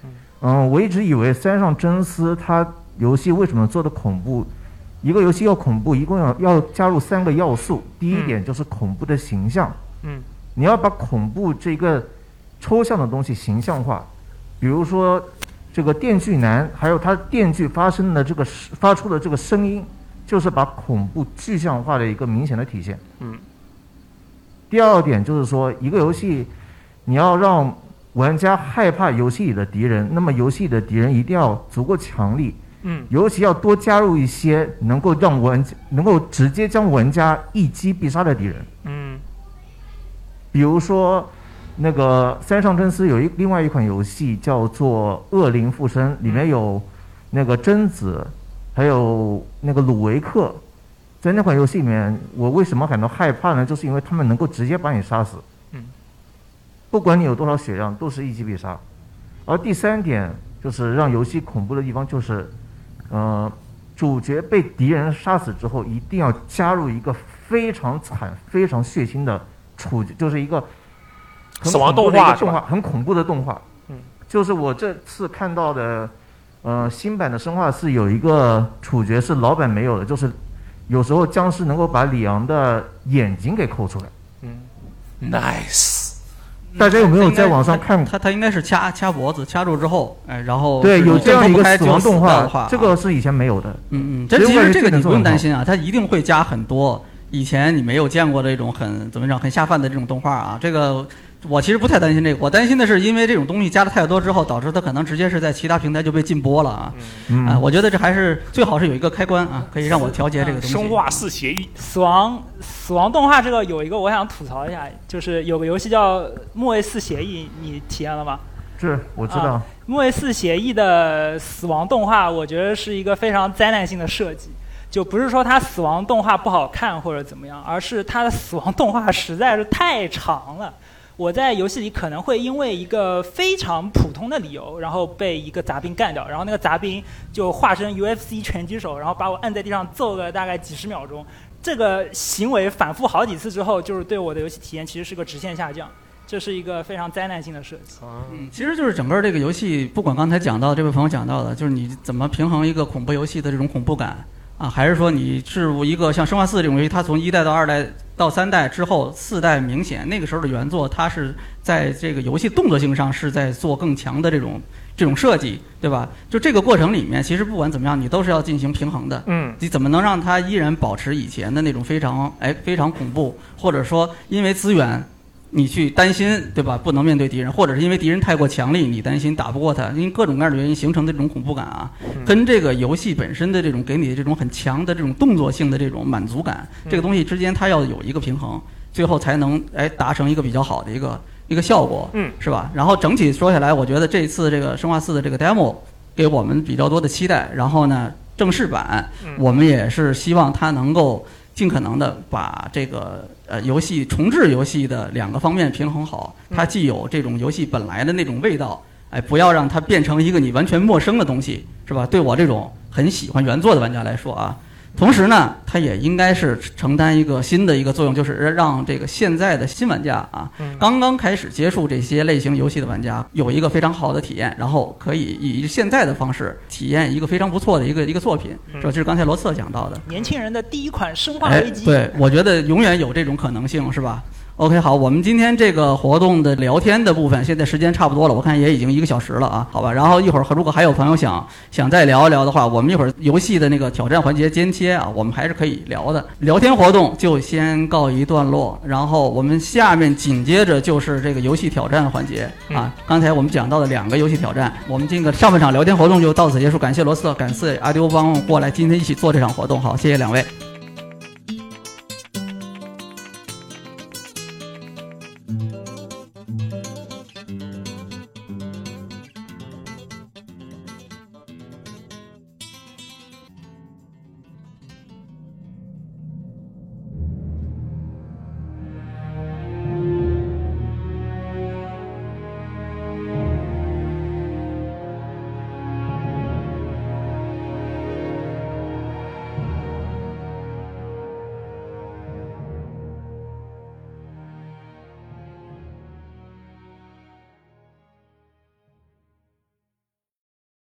嗯，我一直以为三上真司它游戏为什么做的恐怖，一个游戏要恐怖，一共要要加入三个要素。第一点就是恐怖的形象， 嗯， 你要把恐怖这个抽象的东西形象化，比如说这个电锯男，还有他电锯发生的这个发出的这个声音，就是把恐怖具象化的一个明显的体现。 嗯。 第二点就是说，一个游戏你要让玩家害怕游戏里的敌人，那么游戏里的敌人一定要足够强力。 嗯， 尤其要多加入一些能够让玩家能够直接将玩家一击必杀的敌人。 嗯， 比如说那个三上真司有一另外一款游戏叫做《恶灵附身》，里面有那个贞子，还有那个鲁维克。在那款游戏里面，我为什么感到害怕呢？就是因为他们能够直接把你杀死。 嗯， 不管你有多少血量，都是一击必杀。而第三点就是让游戏恐怖的地方，就是呃，主角被敌人杀死之后，一定要加入一个非常惨、非常血腥的处，就是一个死亡动画， 动画很恐怖的动画。 嗯， 就是我这次看到的，呃，新版的生化四有一个处决是老版没有的，就是有时候僵尸能够把里昂的眼睛给抠出来。 嗯 ，nice。 大家有没有在网上看？ 他他应该是掐掐脖子，掐住之后，哎，然后对，有这样一个死亡动画， 画，这个是以前没有的。 嗯嗯，这其实这个你不用担心啊，他一定会加很多以前你没有见过的这种很怎么讲很下饭的这种动画啊。这个我其实不太担心这个，我担心的是因为这种东西加的太多之后，导致它可能直接是在其他平台就被禁播了啊。 嗯、 啊，我觉得这还是最好是有一个开关啊，可以让我调节这个东西。 生化四协议， 死亡死亡动画这个有一个我想吐槽一下，就是有个游戏叫《木卫四协议》，你体验了吗？ 是，我知道。 啊、木卫四协议的死亡动画，我觉得是一个非常灾难性的设计。就不是说它死亡动画不好看或者怎么样，而是它的死亡动画实在是太长了。我在游戏里可能会因为一个非常普通的理由，然后被一个杂兵干掉，然后那个杂兵就化身 U F C 拳击手，然后把我按在地上揍了大概几十秒钟。这个行为反复好几次之后，就是对我的游戏体验其实是个直线下降。这是一个非常灾难性的设计。 嗯，其实就是整个这个游戏，不管刚才讲到这位朋友讲到的，就是你怎么平衡一个恐怖游戏的这种恐怖感。啊，还是说你是一个像生化四这种游戏，它从一代到二代到三代之后，四代明显那个时候的原作，它是在这个游戏动作性上是在做更强的这种这种设计，对吧？就这个过程里面，其实不管怎么样，你都是要进行平衡的。 嗯， 你怎么能让它依然保持以前的那种非常哎非常恐怖，或者说因为资源。你去担心，对吧？不能面对敌人，或者是因为敌人太过强力，你担心打不过他，因为各种各样的原因形成的这种恐怖感啊， 嗯、 跟这个游戏本身的这种给你的这种很强的这种动作性的这种满足感， 嗯、 这个东西之间它要有一个平衡，最后才能哎达成一个比较好的一个一个效果， 嗯， 是吧？然后整体说下来，我觉得这次这个生化四的这个 demo 给我们比较多的期待，然后呢，正式版、 嗯、 我们也是希望它能够尽可能的把这个。呃，游戏重置游戏的两个方面平衡好，它既有这种游戏本来的那种味道，哎，不要让它变成一个你完全陌生的东西，是吧？对我这种很喜欢原作的玩家来说啊，同时呢，它也应该是承担一个新的一个作用，就是让这个现在的新玩家啊，刚刚开始接触这些类型游戏的玩家有一个非常好的体验，然后可以以现在的方式体验一个非常不错的一个一个作品，这就是刚才罗策讲到的年轻人的第一款生化危机。 哎、对，我觉得永远有这种可能性，是吧？OK， 好，我们今天这个活动的聊天的部分，现在时间差不多了，我看也已经一个小时了啊，好吧。然后一会儿如果还有朋友想想再聊一聊的话，我们一会儿游戏的那个挑战环节间切啊，我们还是可以聊的。聊天活动就先告一段落，然后我们下面紧接着就是这个游戏挑战环节啊。刚才我们讲到的两个游戏挑战，我们这个上半场聊天活动就到此结束，感谢罗瑟，感谢阿丢帮过来今天一起做这场活动，好，谢谢两位。